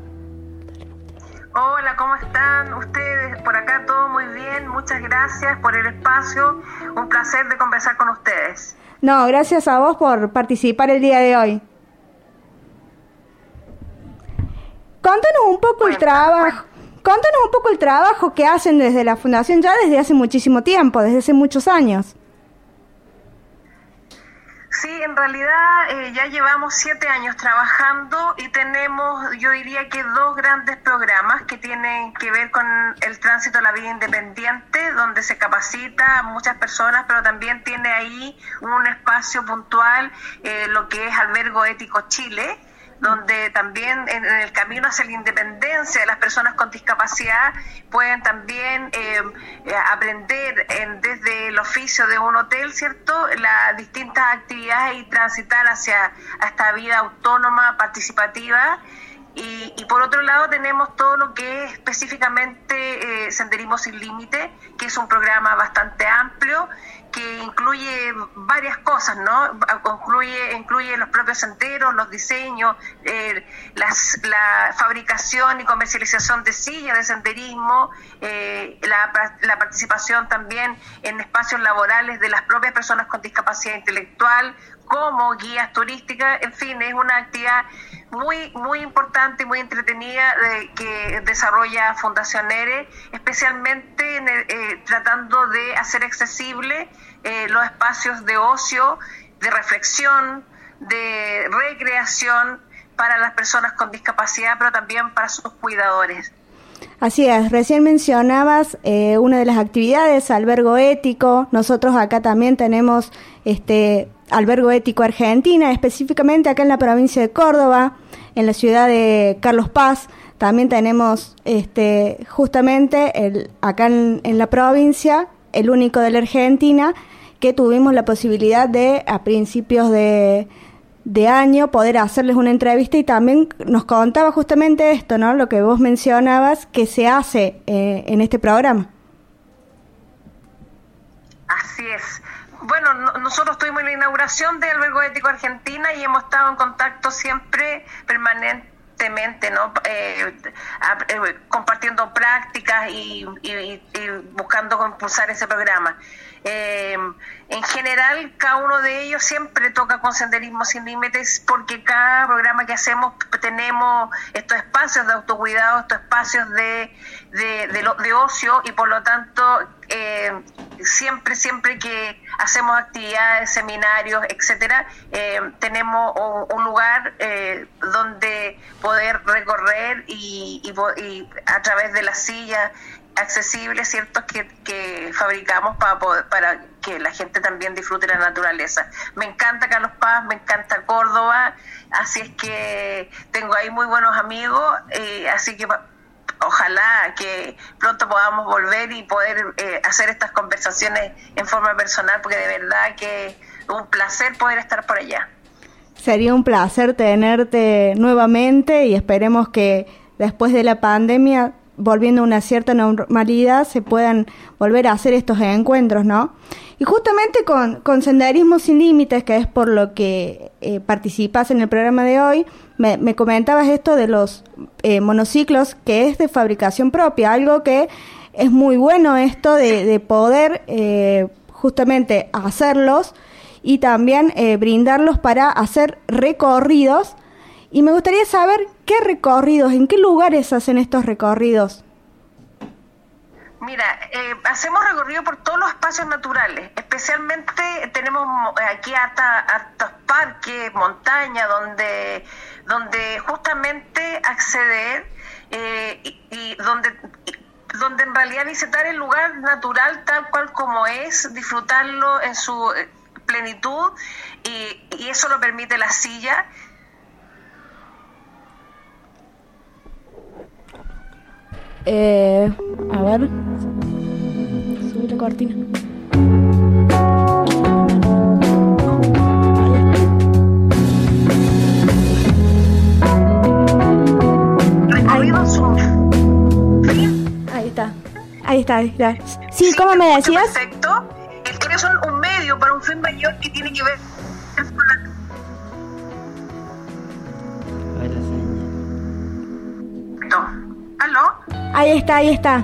Hola, ¿cómo están ustedes? Por acá todo muy bien, muchas gracias por el espacio, un placer de conversar con ustedes. No, gracias a vos por participar el día de hoy. Contanos un poco el trabajo que hacen desde la Fundación ya desde hace muchísimo tiempo, desde hace muchos años. Sí, en realidad ya llevamos 7 años trabajando y tenemos, yo diría que 2 grandes programas que tienen que ver con el tránsito a la vida independiente, donde se capacita a muchas personas, pero también tiene ahí un espacio puntual, lo que es Albergo Ético Chile, donde también en el camino hacia la independencia de las personas con discapacidad pueden también aprender desde el oficio de un hotel, ¿cierto?, las distintas actividades y transitar hacia esta vida autónoma, participativa. Y por otro lado tenemos todo lo que es específicamente Senderismo Sin Límite, que es un programa bastante amplio que incluye varias cosas, ¿no? Incluye los propios senderos, los diseños, la fabricación y comercialización de sillas de senderismo, la participación también en espacios laborales de las propias personas con discapacidad intelectual, como guías turísticas. En fin, es una actividad muy muy importante y muy entretenida que desarrolla Fundación Eres, especialmente tratando de hacer accesible los espacios de ocio, de reflexión, de recreación para las personas con discapacidad, pero también para sus cuidadores. Así es, recién mencionabas una de las actividades, Albergo Ético. Nosotros acá también tenemos Albergo Ético Argentina, específicamente acá en la provincia de Córdoba, en la ciudad de Carlos Paz. También tenemos justamente acá en la provincia, el único de la Argentina, que tuvimos la posibilidad de, a principios de año, poder hacerles una entrevista, y también nos contaba justamente esto, ¿no? Lo que vos mencionabas que se hace en este programa. Así es. Bueno, nosotros tuvimos la inauguración de Albergo Ético Argentina y hemos estado en contacto siempre permanentemente, ¿no? Compartiendo prácticas y buscando impulsar ese programa. En general, cada uno de ellos siempre toca con Senderismo Sin Límites, porque cada programa que hacemos tenemos estos espacios de autocuidado, estos espacios de ocio, y por lo tanto siempre que hacemos actividades, seminarios, etcétera, tenemos un lugar donde poder recorrer y a través de las sillas accesibles, ¿cierto?, que fabricamos para que la gente también disfrute la naturaleza. Me encanta Carlos Paz, me encanta Córdoba, así es que tengo ahí muy buenos amigos, así que ojalá que pronto podamos volver y poder hacer estas conversaciones en forma personal, porque de verdad que es un placer poder estar por allá. Sería un placer tenerte nuevamente, y esperemos que después de la pandemia, volviendo a una cierta normalidad, se puedan volver a hacer estos encuentros, ¿no? Y justamente con Senderismo Sin Límites, que es por lo que participas en el programa de hoy, me comentabas esto de los monociclos, que es de fabricación propia, algo que es muy bueno esto de poder justamente hacerlos y también brindarlos para hacer recorridos. Y me gustaría saber qué recorridos, en qué lugares hacen estos recorridos. Mira, hacemos recorrido por todos los espacios naturales, especialmente tenemos aquí hartos parques, montañas, donde justamente acceder y donde en realidad visitar el lugar natural tal cual como es, disfrutarlo en su plenitud y eso lo permite la silla. A ver, sube la cortina. Ahí está. Sí, ¿cómo me decías? Perfecto. Es un medio para un fin mayor que tiene que ver con la... ¿Aló? Ahí está.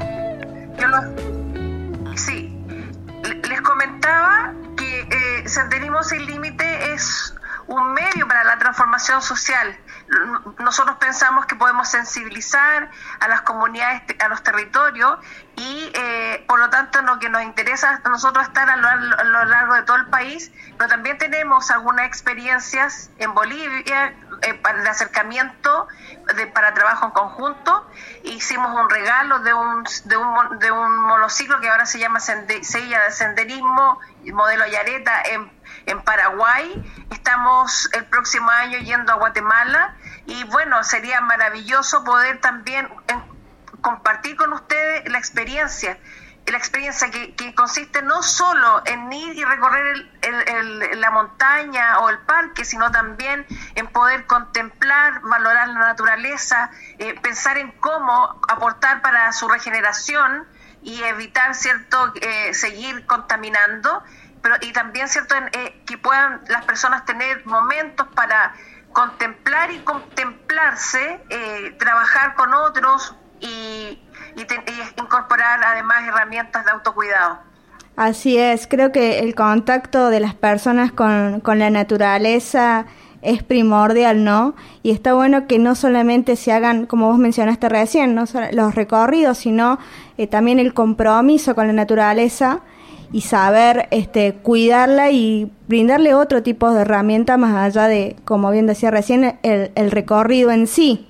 Sí. Les comentaba que Senderismo Sin Límite es un medio para la transformación social. Nosotros pensamos que podemos sensibilizar a las comunidades, a los territorios y por lo tanto lo que nos interesa a nosotros estar a lo largo de todo el país, pero también tenemos algunas experiencias en Bolivia para el acercamiento para trabajo en conjunto. Hicimos un regalo de un monociclo que ahora se llama Sella de Senderismo modelo Yareta en Paraguay. Estamos el próximo año yendo a Guatemala y bueno, sería maravilloso poder también compartir con ustedes la experiencia que consiste no solo en ir y recorrer la montaña o el parque, sino también en poder contemplar, valorar la naturaleza, pensar en cómo aportar para su regeneración y evitar, ¿cierto?, seguir contaminando, y también, ¿cierto?, que puedan las personas tener momentos para contemplar y contemplarse, trabajar con otros y incorporar además herramientas de autocuidado. Así es, creo que el contacto de las personas con la naturaleza es primordial, ¿no? Y está bueno que no solamente se hagan, como vos mencionaste recién, no los recorridos, sino también el compromiso con la naturaleza y saber cuidarla y brindarle otro tipo de herramienta más allá de, como bien decía recién, el recorrido en sí.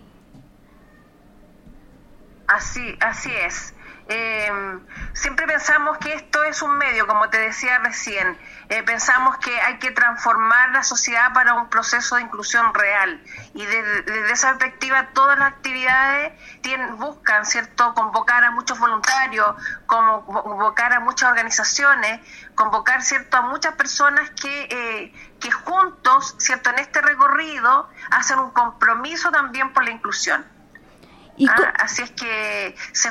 Así es. Siempre pensamos que esto es un medio, como te decía recién. Pensamos que hay que transformar la sociedad para un proceso de inclusión real. Y desde esa perspectiva, todas las actividades buscan, ¿cierto?, convocar a muchos voluntarios, convocar a muchas organizaciones, convocar, ¿cierto?, a muchas personas que juntos, ¿cierto?, en este recorrido hacen un compromiso también por la inclusión. Así es que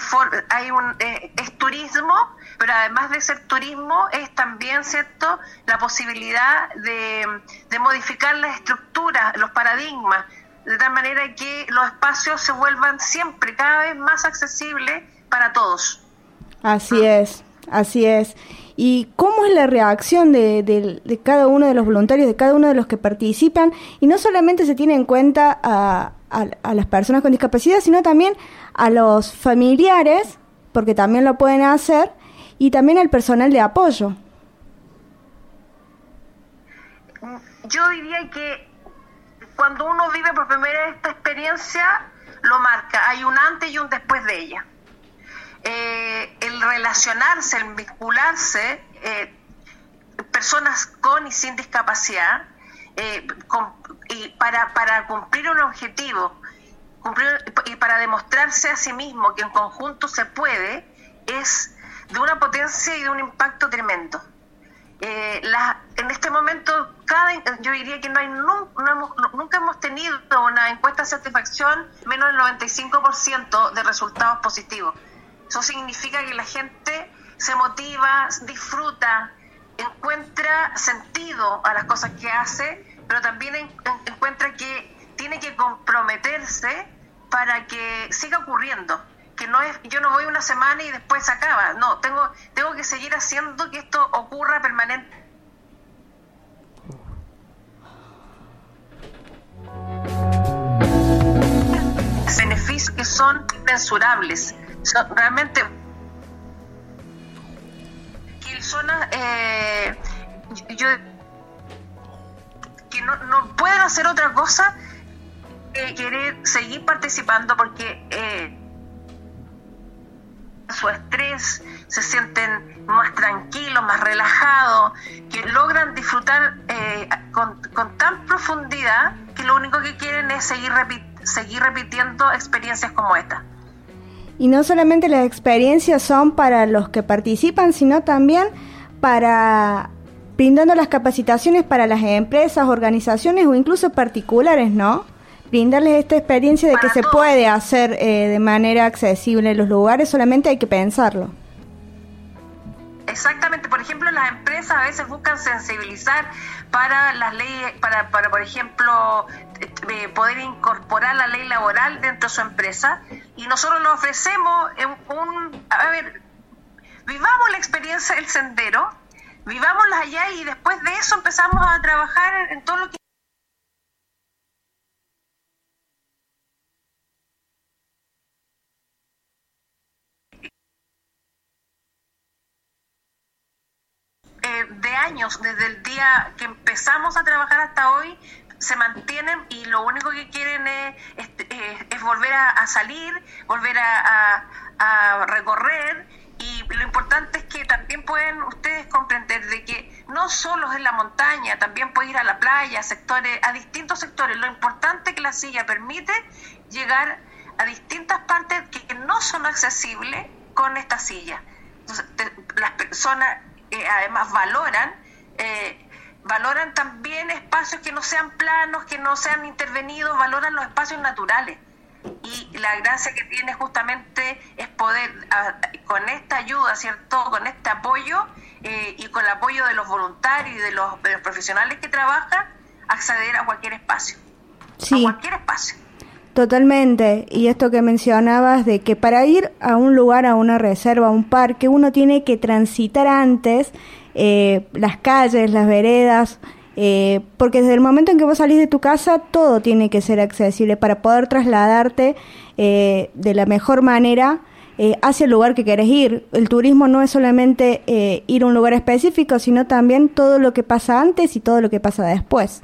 es turismo, pero además de ser turismo es también, ¿cierto?, la posibilidad de modificar las estructuras, los paradigmas, de tal manera que los espacios se vuelvan siempre cada vez más accesibles para todos. Así es. ¿Y cómo es la reacción de cada uno de los voluntarios, de cada uno de los que participan? Y no solamente se tiene en cuenta a las personas con discapacidad, sino también a los familiares, porque también lo pueden hacer, y también al personal de apoyo. Yo diría que cuando uno vive por primera vez esta experiencia, lo marca. Hay un antes y un después de ella. El relacionarse, el vincularse, personas con y sin discapacidad, y para cumplir un objetivo, y para demostrarse a sí mismo que en conjunto se puede, es de una potencia y de un impacto tremendo. En este momento, yo diría que nunca hemos tenido una encuesta de satisfacción menos del 95% de resultados positivos. Eso significa que la gente se motiva, disfruta, encuentra sentido a las cosas que hace, pero también encuentra que tiene que comprometerse para que siga ocurriendo. Que no es, yo no voy una semana y después se acaba. No, tengo que seguir haciendo que esto ocurra permanentemente. beneficios que son inmensurables. Son realmente que zonas que no pueden hacer otra cosa que querer seguir participando, porque su estrés, se sienten más tranquilos, más relajados, que logran disfrutar con tan profundidad que lo único que quieren es seguir repitiendo experiencias como esta. Y no solamente las experiencias son para los que participan, sino también para brindando las capacitaciones para las empresas, organizaciones o incluso particulares, ¿no? Brindarles esta experiencia de que se puede hacer de manera accesible en los lugares, solamente hay que pensarlo. Exactamente, por ejemplo, las empresas a veces buscan sensibilizar para las leyes, para por ejemplo, poder incorporar la ley laboral dentro de su empresa, y nosotros nos ofrecemos vivamos la experiencia del sendero, vivámosla allá y después de eso empezamos a trabajar en todo lo que de años, desde el día que empezamos a trabajar hasta hoy, se mantienen, y lo único que quieren es volver a salir, volver a recorrer, y lo importante es que también pueden ustedes comprender de que no solo es la montaña, también puede ir a la playa, a distintos sectores. Lo importante es que la silla permite llegar a distintas partes que no son accesibles con esta silla. Entonces, las personas además valoran también espacios que no sean planos, que no sean intervenidos, valoran los espacios naturales. Y la gracia que tiene justamente es poder, con esta ayuda, ¿cierto?, con este apoyo y con el apoyo de los voluntarios y de los profesionales que trabajan, acceder a cualquier espacio. Sí. A cualquier espacio. Totalmente, y esto que mencionabas de que para ir a un lugar, a una reserva, a un parque, uno tiene que transitar antes las calles, las veredas, porque desde el momento en que vos salís de tu casa, todo tiene que ser accesible para poder trasladarte de la mejor manera hacia el lugar que querés ir. El turismo no es solamente ir a un lugar específico, sino también todo lo que pasa antes y todo lo que pasa después.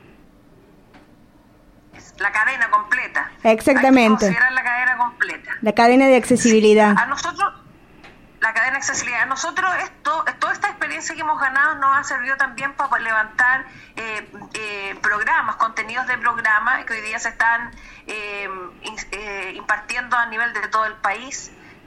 La cadena completa. Exactamente. Hay que considerar la cadena completa. La cadena de accesibilidad. Sí, a nosotros, la cadena de accesibilidad. A nosotros toda esta experiencia que hemos ganado nos ha servido también para levantar programas, contenidos de programas que hoy día se están impartiendo a nivel de todo el país,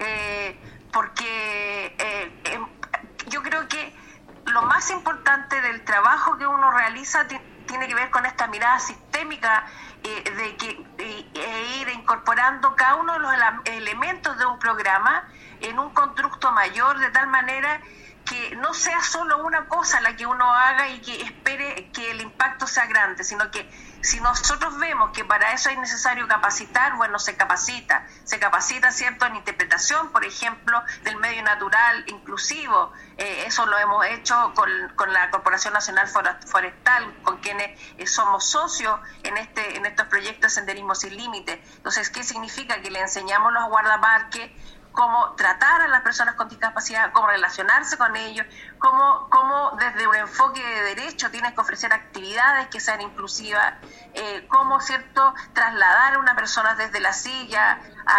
porque yo creo que lo más importante del trabajo que uno realiza tiene que ver con esta mirada sistémica de ir incorporando cada uno de los elementos de un programa en un constructo mayor, de tal manera que no sea solo una cosa la que uno haga y que espere que el impacto sea grande, sino que si nosotros vemos que para eso es necesario capacitar, bueno, se capacita, ¿cierto?, en interpretación, por ejemplo, del medio natural inclusivo. Eso lo hemos hecho con la Corporación Nacional Forestal, con quienes somos socios en estos proyectos de Senderismo Sin Límites. Entonces, ¿qué significa? Que le enseñamos a los guardaparques cómo tratar a las personas con discapacidad, cómo relacionarse con ellos, cómo desde un enfoque de derecho tienes que ofrecer actividades que sean inclusivas, cómo, ¿cierto?, trasladar a una persona desde la silla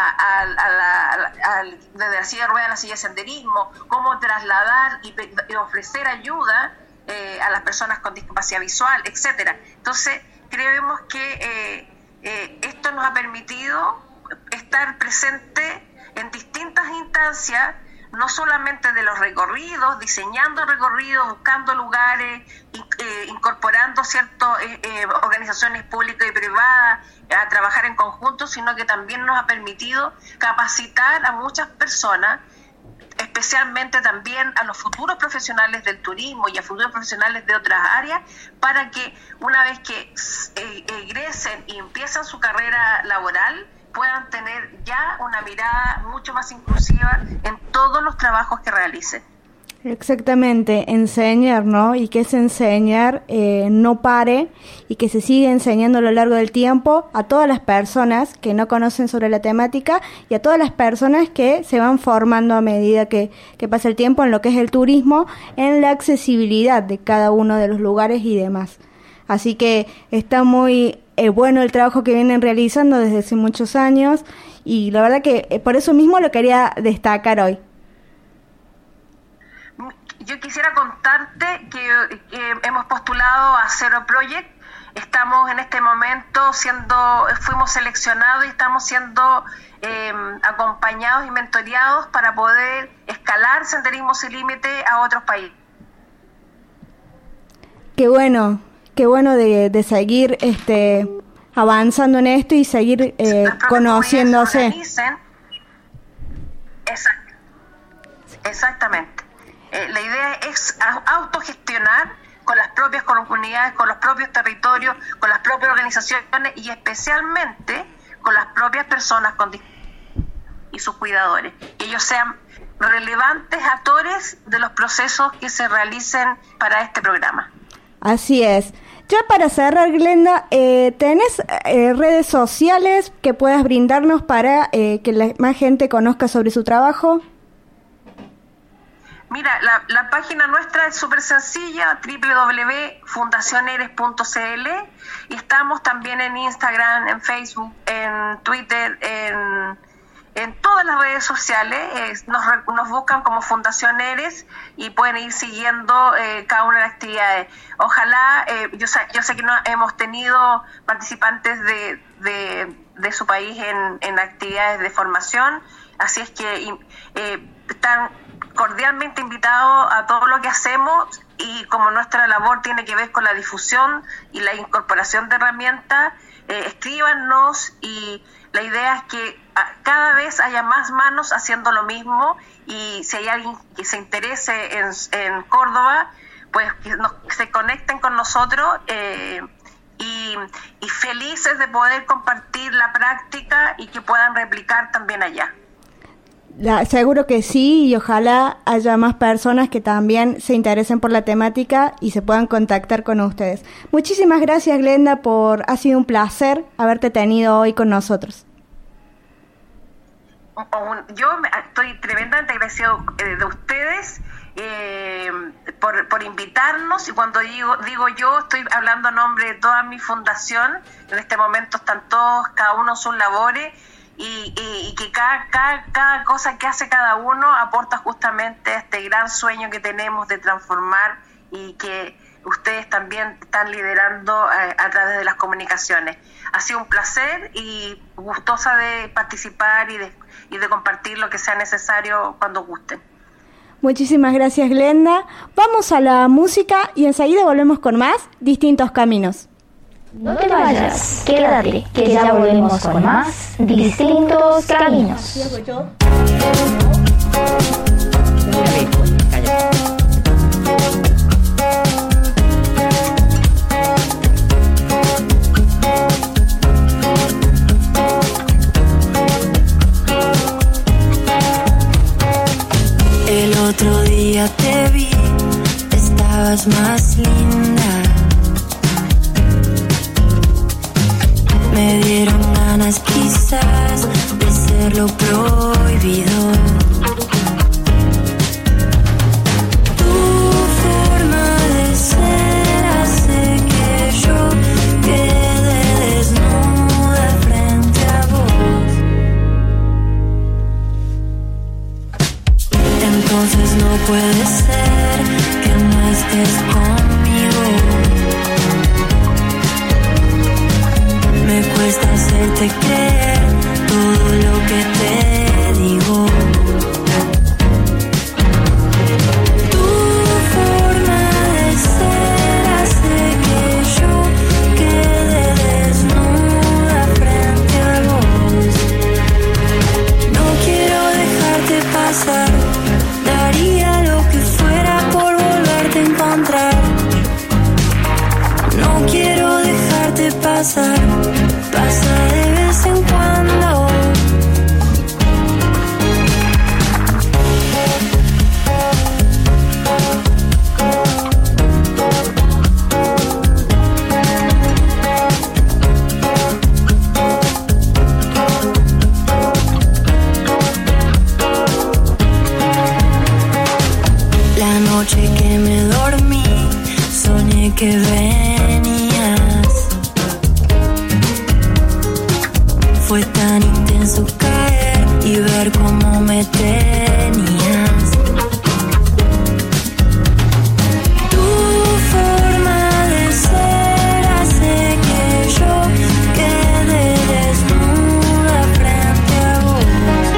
desde la silla de ruedas a la silla de senderismo, cómo trasladar y ofrecer ayuda a las personas con discapacidad visual, etcétera. Entonces, creemos que esto nos ha permitido estar presente en distintas instancias, no solamente de los recorridos, diseñando recorridos, buscando lugares, incorporando ciertas organizaciones públicas y privadas a trabajar en conjunto, sino que también nos ha permitido capacitar a muchas personas, especialmente también a los futuros profesionales del turismo y a futuros profesionales de otras áreas, para que una vez que egresen y empiezan su carrera laboral, puedan tener ya una mirada mucho más inclusiva en todos los trabajos que realicen. Exactamente, enseñar, ¿no? Y que ese enseñar no pare y que se siga enseñando a lo largo del tiempo a todas las personas que no conocen sobre la temática y a todas las personas que se van formando a medida que pasa el tiempo en lo que es el turismo, en la accesibilidad de cada uno de los lugares y demás. Así que está muy bueno el trabajo que vienen realizando desde hace muchos años y la verdad que por eso mismo lo quería destacar hoy. Yo quisiera contarte que hemos postulado a Zero Project. Estamos en este momento fuimos seleccionados y estamos siendo acompañados y mentoreados para poder escalar Senderismo Sin Límite a otros países. Qué bueno de seguir avanzando en esto y seguir conociéndose. Exactamente. La idea es autogestionar con las propias comunidades, con los propios territorios, con las propias organizaciones y especialmente con las propias personas y sus cuidadores. Que ellos sean relevantes actores de los procesos que se realicen para este programa. Así es. Ya para cerrar, Glenda, ¿tenés redes sociales que puedas brindarnos para que más gente conozca sobre su trabajo? Mira, la página nuestra es súper sencilla, www.fundacioneres.cl, y estamos también en Instagram, en Facebook, en Twitter, en todas las redes sociales. Nos buscan como Fundación Eres y pueden ir siguiendo cada una de las actividades. Ojalá, yo sé que no hemos tenido participantes de su país en actividades de formación, así es que están cordialmente invitados a todo lo que hacemos, y como nuestra labor tiene que ver con la difusión y la incorporación de herramientas, escríbanos, y la idea es que cada vez haya más manos haciendo lo mismo, y si hay alguien que se interese en Córdoba, pues que se conecten con nosotros, y felices de poder compartir la práctica y que puedan replicar también allá. Seguro que sí, y ojalá haya más personas que también se interesen por la temática y se puedan contactar con ustedes. Muchísimas gracias, Glenda, ha sido un placer haberte tenido hoy con nosotros. Yo estoy tremendamente agradecido de ustedes por invitarnos, y cuando digo yo, estoy hablando a nombre de toda mi fundación. En este momento están todos, cada uno en sus labores, y que cada cosa que hace cada uno aporta justamente a este gran sueño que tenemos de transformar, y que ustedes también están liderando a través de las comunicaciones. Ha sido un placer y gustosa de participar y de compartir lo que sea necesario cuando gusten. Muchísimas gracias, Glenda. Vamos a la música y enseguida volvemos con más Distintos Caminos. No te vayas, quédate, que ya volvemos con más Distintos Caminos. El otro día te vi, estabas más linda. Me dieron ganas quizás de ser lo prohibido. Tu forma de ser hace que yo quede desnuda frente a vos. Entonces no puede ser que no estés conmigo. Me cuesta hacerte creer todo lo que te digo. Tu forma de ser hace que yo quede desnuda frente a vos. No quiero dejarte pasar, daría lo que fuera por volverte a encontrar. No quiero dejarte pasar, pasa de vez en cuando. me tenías. Tu forma de ser hace que yo quede desnuda frente a vos.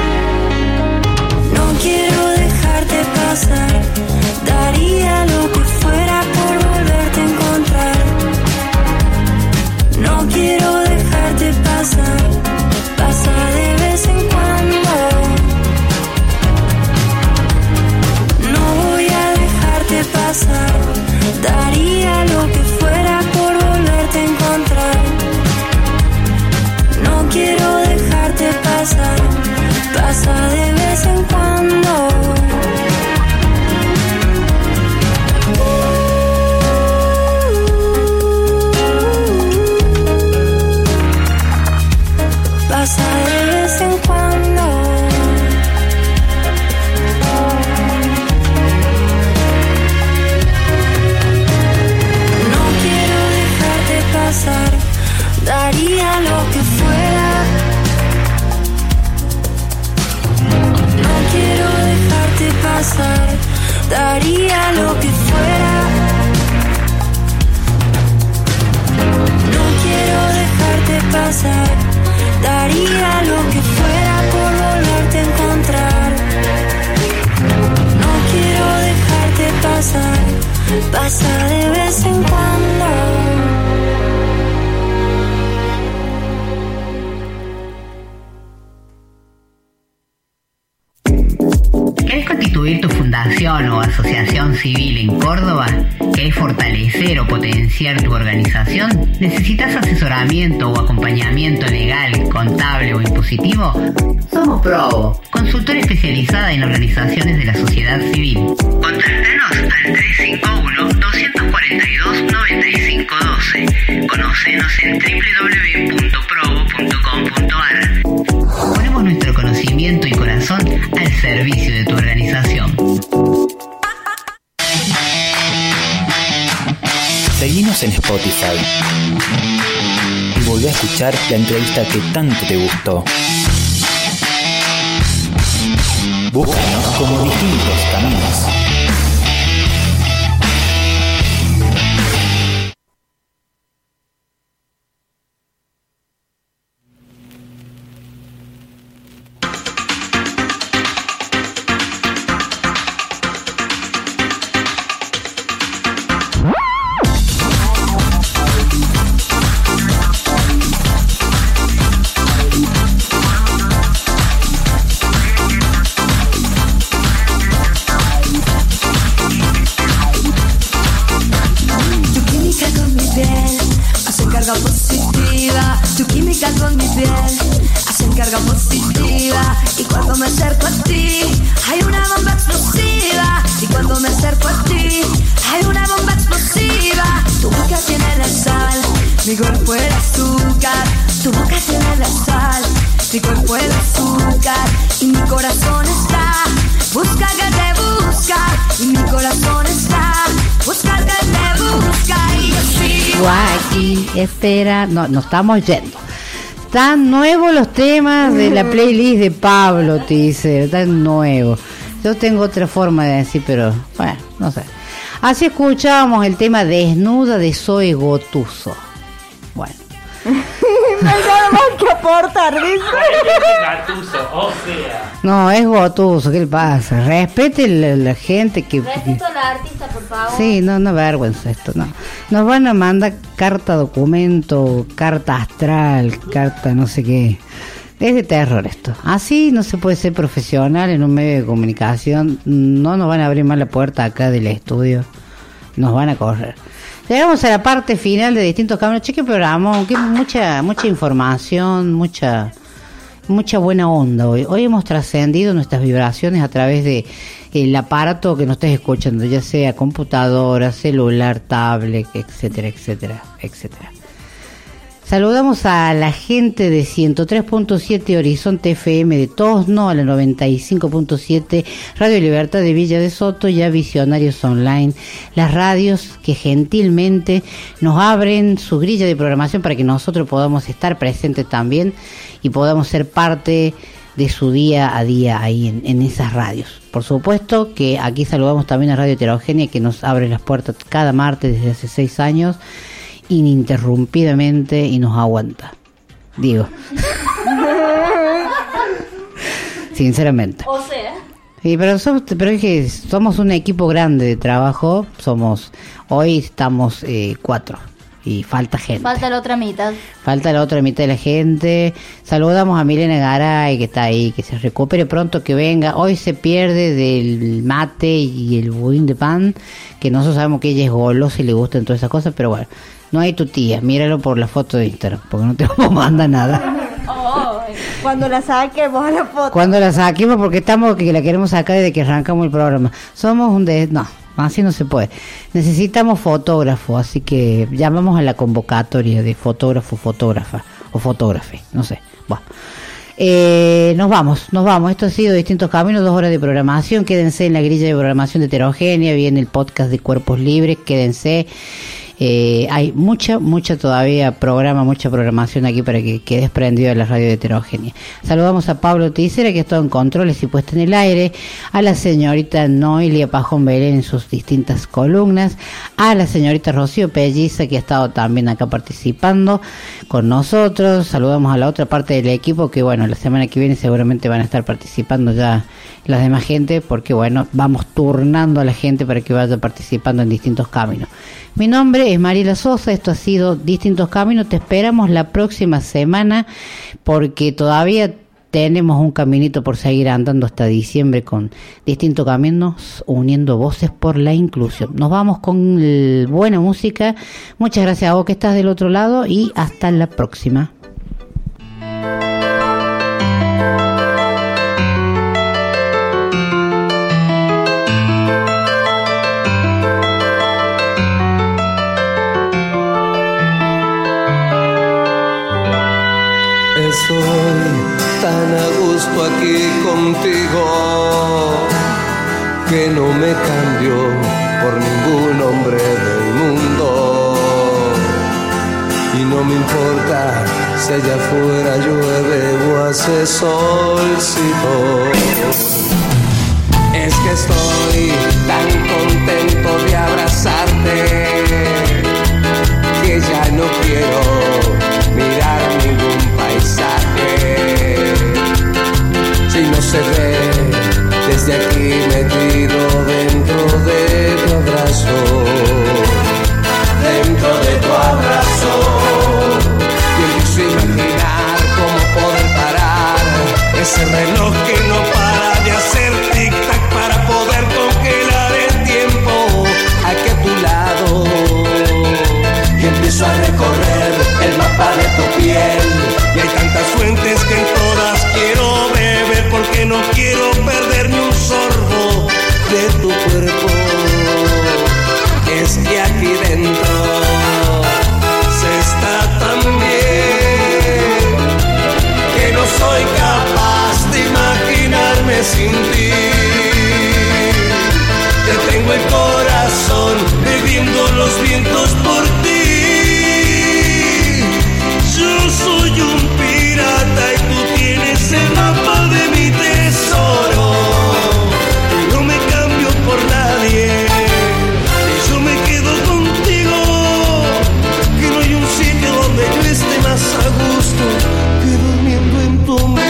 No quiero dejarte pasar, daría lo que fuera por volverte a encontrar. No quiero dejarte pasar, pasa de vez en cuando. No voy a dejarte pasar, daría lo que fuera por volverte a encontrar. No quiero dejarte pasar, pasa de vez en cuando. Pasa de vez en cuando. No quiero dejarte pasar, daría lo que fuera. No quiero dejarte pasar, daría lo que fuera. No quiero dejarte pasar, daría lo que fuera por volverte a encontrar. No quiero dejarte pasar, pasa de vez en cuando. ¿Querés constituir tu fundación o asociación civil en Córdoba? ¿Querés fortalecer o potenciar tu organización? ¿Necesitas asesoramiento o acompañamiento legal, contable o impositivo? Somos Probo, consultora especializada en organizaciones de la sociedad civil. Contáctanos al 351-242-9512. Conócenos en www.probo.com.ar. Ponemos nuestro conocimiento y corazón al servicio de tu organización. Seguinos en Spotify y volvé a escuchar la entrevista que tanto te gustó. Búscanos como Distintos Caminos. Espera, no, nos estamos yendo. Están nuevos los temas de la playlist de Pablo, te dice, están nuevos. Yo tengo otra forma de decir, pero bueno, no sé. Así escuchábamos el tema Desnuda de Zoe Gotuso. Bueno. No hay nada más que aportar, dice. Gatuso, o sea. No, es Gotuso, ¿qué le pasa? Respete la gente que... Respeto a la artista, por favor. Sí, no vergüenza esto, no. Nos van a mandar carta documento, carta astral, carta no sé qué. Es de terror esto. Así no se puede ser profesional en un medio de comunicación. No nos van a abrir más la puerta acá del estudio. Nos van a correr. Llegamos a la parte final de Distintos Caminos. Che, qué programa, que mucha información, mucha buena onda hoy. Hoy hemos trascendido nuestras vibraciones a través de el aparato que nos estés escuchando, ya sea computadora, celular, tablet, etcétera, etcétera, etcétera. Saludamos a la gente de 103.7 Horizonte FM de Tosno, a la 95.7 Radio Libertad de Villa de Soto y a Visionarios Online, las radios que gentilmente nos abren su grilla de programación para que nosotros podamos estar presentes también y podamos ser parte de su día a día ahí en esas radios. Por supuesto que aquí saludamos también a Radio Heterogénea, que nos abre las puertas cada martes desde hace 6 años, ininterrumpidamente, y nos aguanta. Digo. Sinceramente. O sea. Sí, pero es que somos un equipo grande de trabajo. Hoy estamos 4 y falta gente. Falta la otra mitad. Falta la otra mitad de la gente. Saludamos a Milena Garay, que está ahí, que se recupere pronto, que venga. Hoy se pierde del mate y el budín de pan, que nosotros sabemos que ella es golosa y le gustan todas esas cosas, pero bueno, no hay tu tía, míralo por la foto de Instagram, porque no te vamos a mandar nada. Cuando la saquemos la foto. Cuando la saquemos, porque que la queremos sacar desde que arrancamos el programa. Somos no, así no se puede. Necesitamos fotógrafo, así que llamamos a la convocatoria de fotógrafo, fotógrafa o fotógrafe, no sé. Bueno. Nos vamos. Esto ha sido Distintos Caminos, 2 horas de programación. Quédense en la grilla de programación de Heterogénea, viene el podcast de Cuerpos Libres, quédense. Hay mucha todavía mucha programación aquí para que quedes prendido a la radio de Heterogénea. Saludamos a Pablo Ticera, que ha estado en controles y puesta en el aire, a la señorita Noelia Pajón Belén en sus distintas columnas, a la señorita Rocío Pelliza, que ha estado también acá participando con nosotros. Saludamos a la otra parte del equipo, que bueno, la semana que viene seguramente van a estar participando ya las demás gente, porque bueno, vamos turnando a la gente para que vaya participando en Distintos Caminos. Mi nombre es Mariela Sosa, esto ha sido Distintos Caminos, te esperamos la próxima semana, porque todavía tenemos un caminito por seguir andando hasta diciembre con Distintos Caminos, uniendo voces por la inclusión. Nos vamos con buena música. Muchas gracias a vos que estás del otro lado y hasta la próxima. Estoy tan a gusto aquí contigo que no me cambio por ningún hombre del mundo. Y no me importa si allá afuera llueve o hace solcito. Es que estoy tan contento de abrazarte que ya no quiero mirar ningún paisaje. Si no se ve desde aquí metido dentro de tu abrazo, dentro de tu abrazo, yo empiezo a imaginar cómo poder parar ese reloj que no para de hacer tic-tac para poder congelar el tiempo aquí a tu lado. Y empiezo a recorrer el mapa de tu piel, y hay tantas fuentes que en todas quiero beber, porque no quiero perder ni un sorbo de tu cuerpo. Es que aquí dentro se está tan bien que no soy capaz de imaginarme sin ti. Te tengo el corazón bebiendo los vientos por ti. Yo soy un pirata y tú tienes el mapa de mi tesoro. Y no me cambio por nadie, y yo me quedo contigo, que no hay un sitio donde yo esté más a gusto que durmiendo en tu ombligo.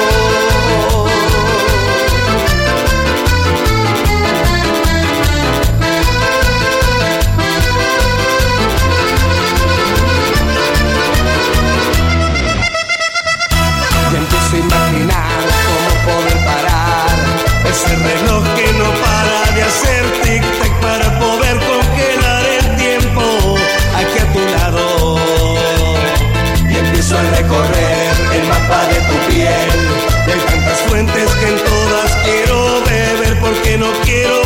Imaginar cómo poder parar ese reloj que no para de hacer tic-tac para poder congelar el tiempo aquí a tu lado. Y empiezo a recorrer el mapa de tu piel, de tantas fuentes que en todas quiero beber, porque no quiero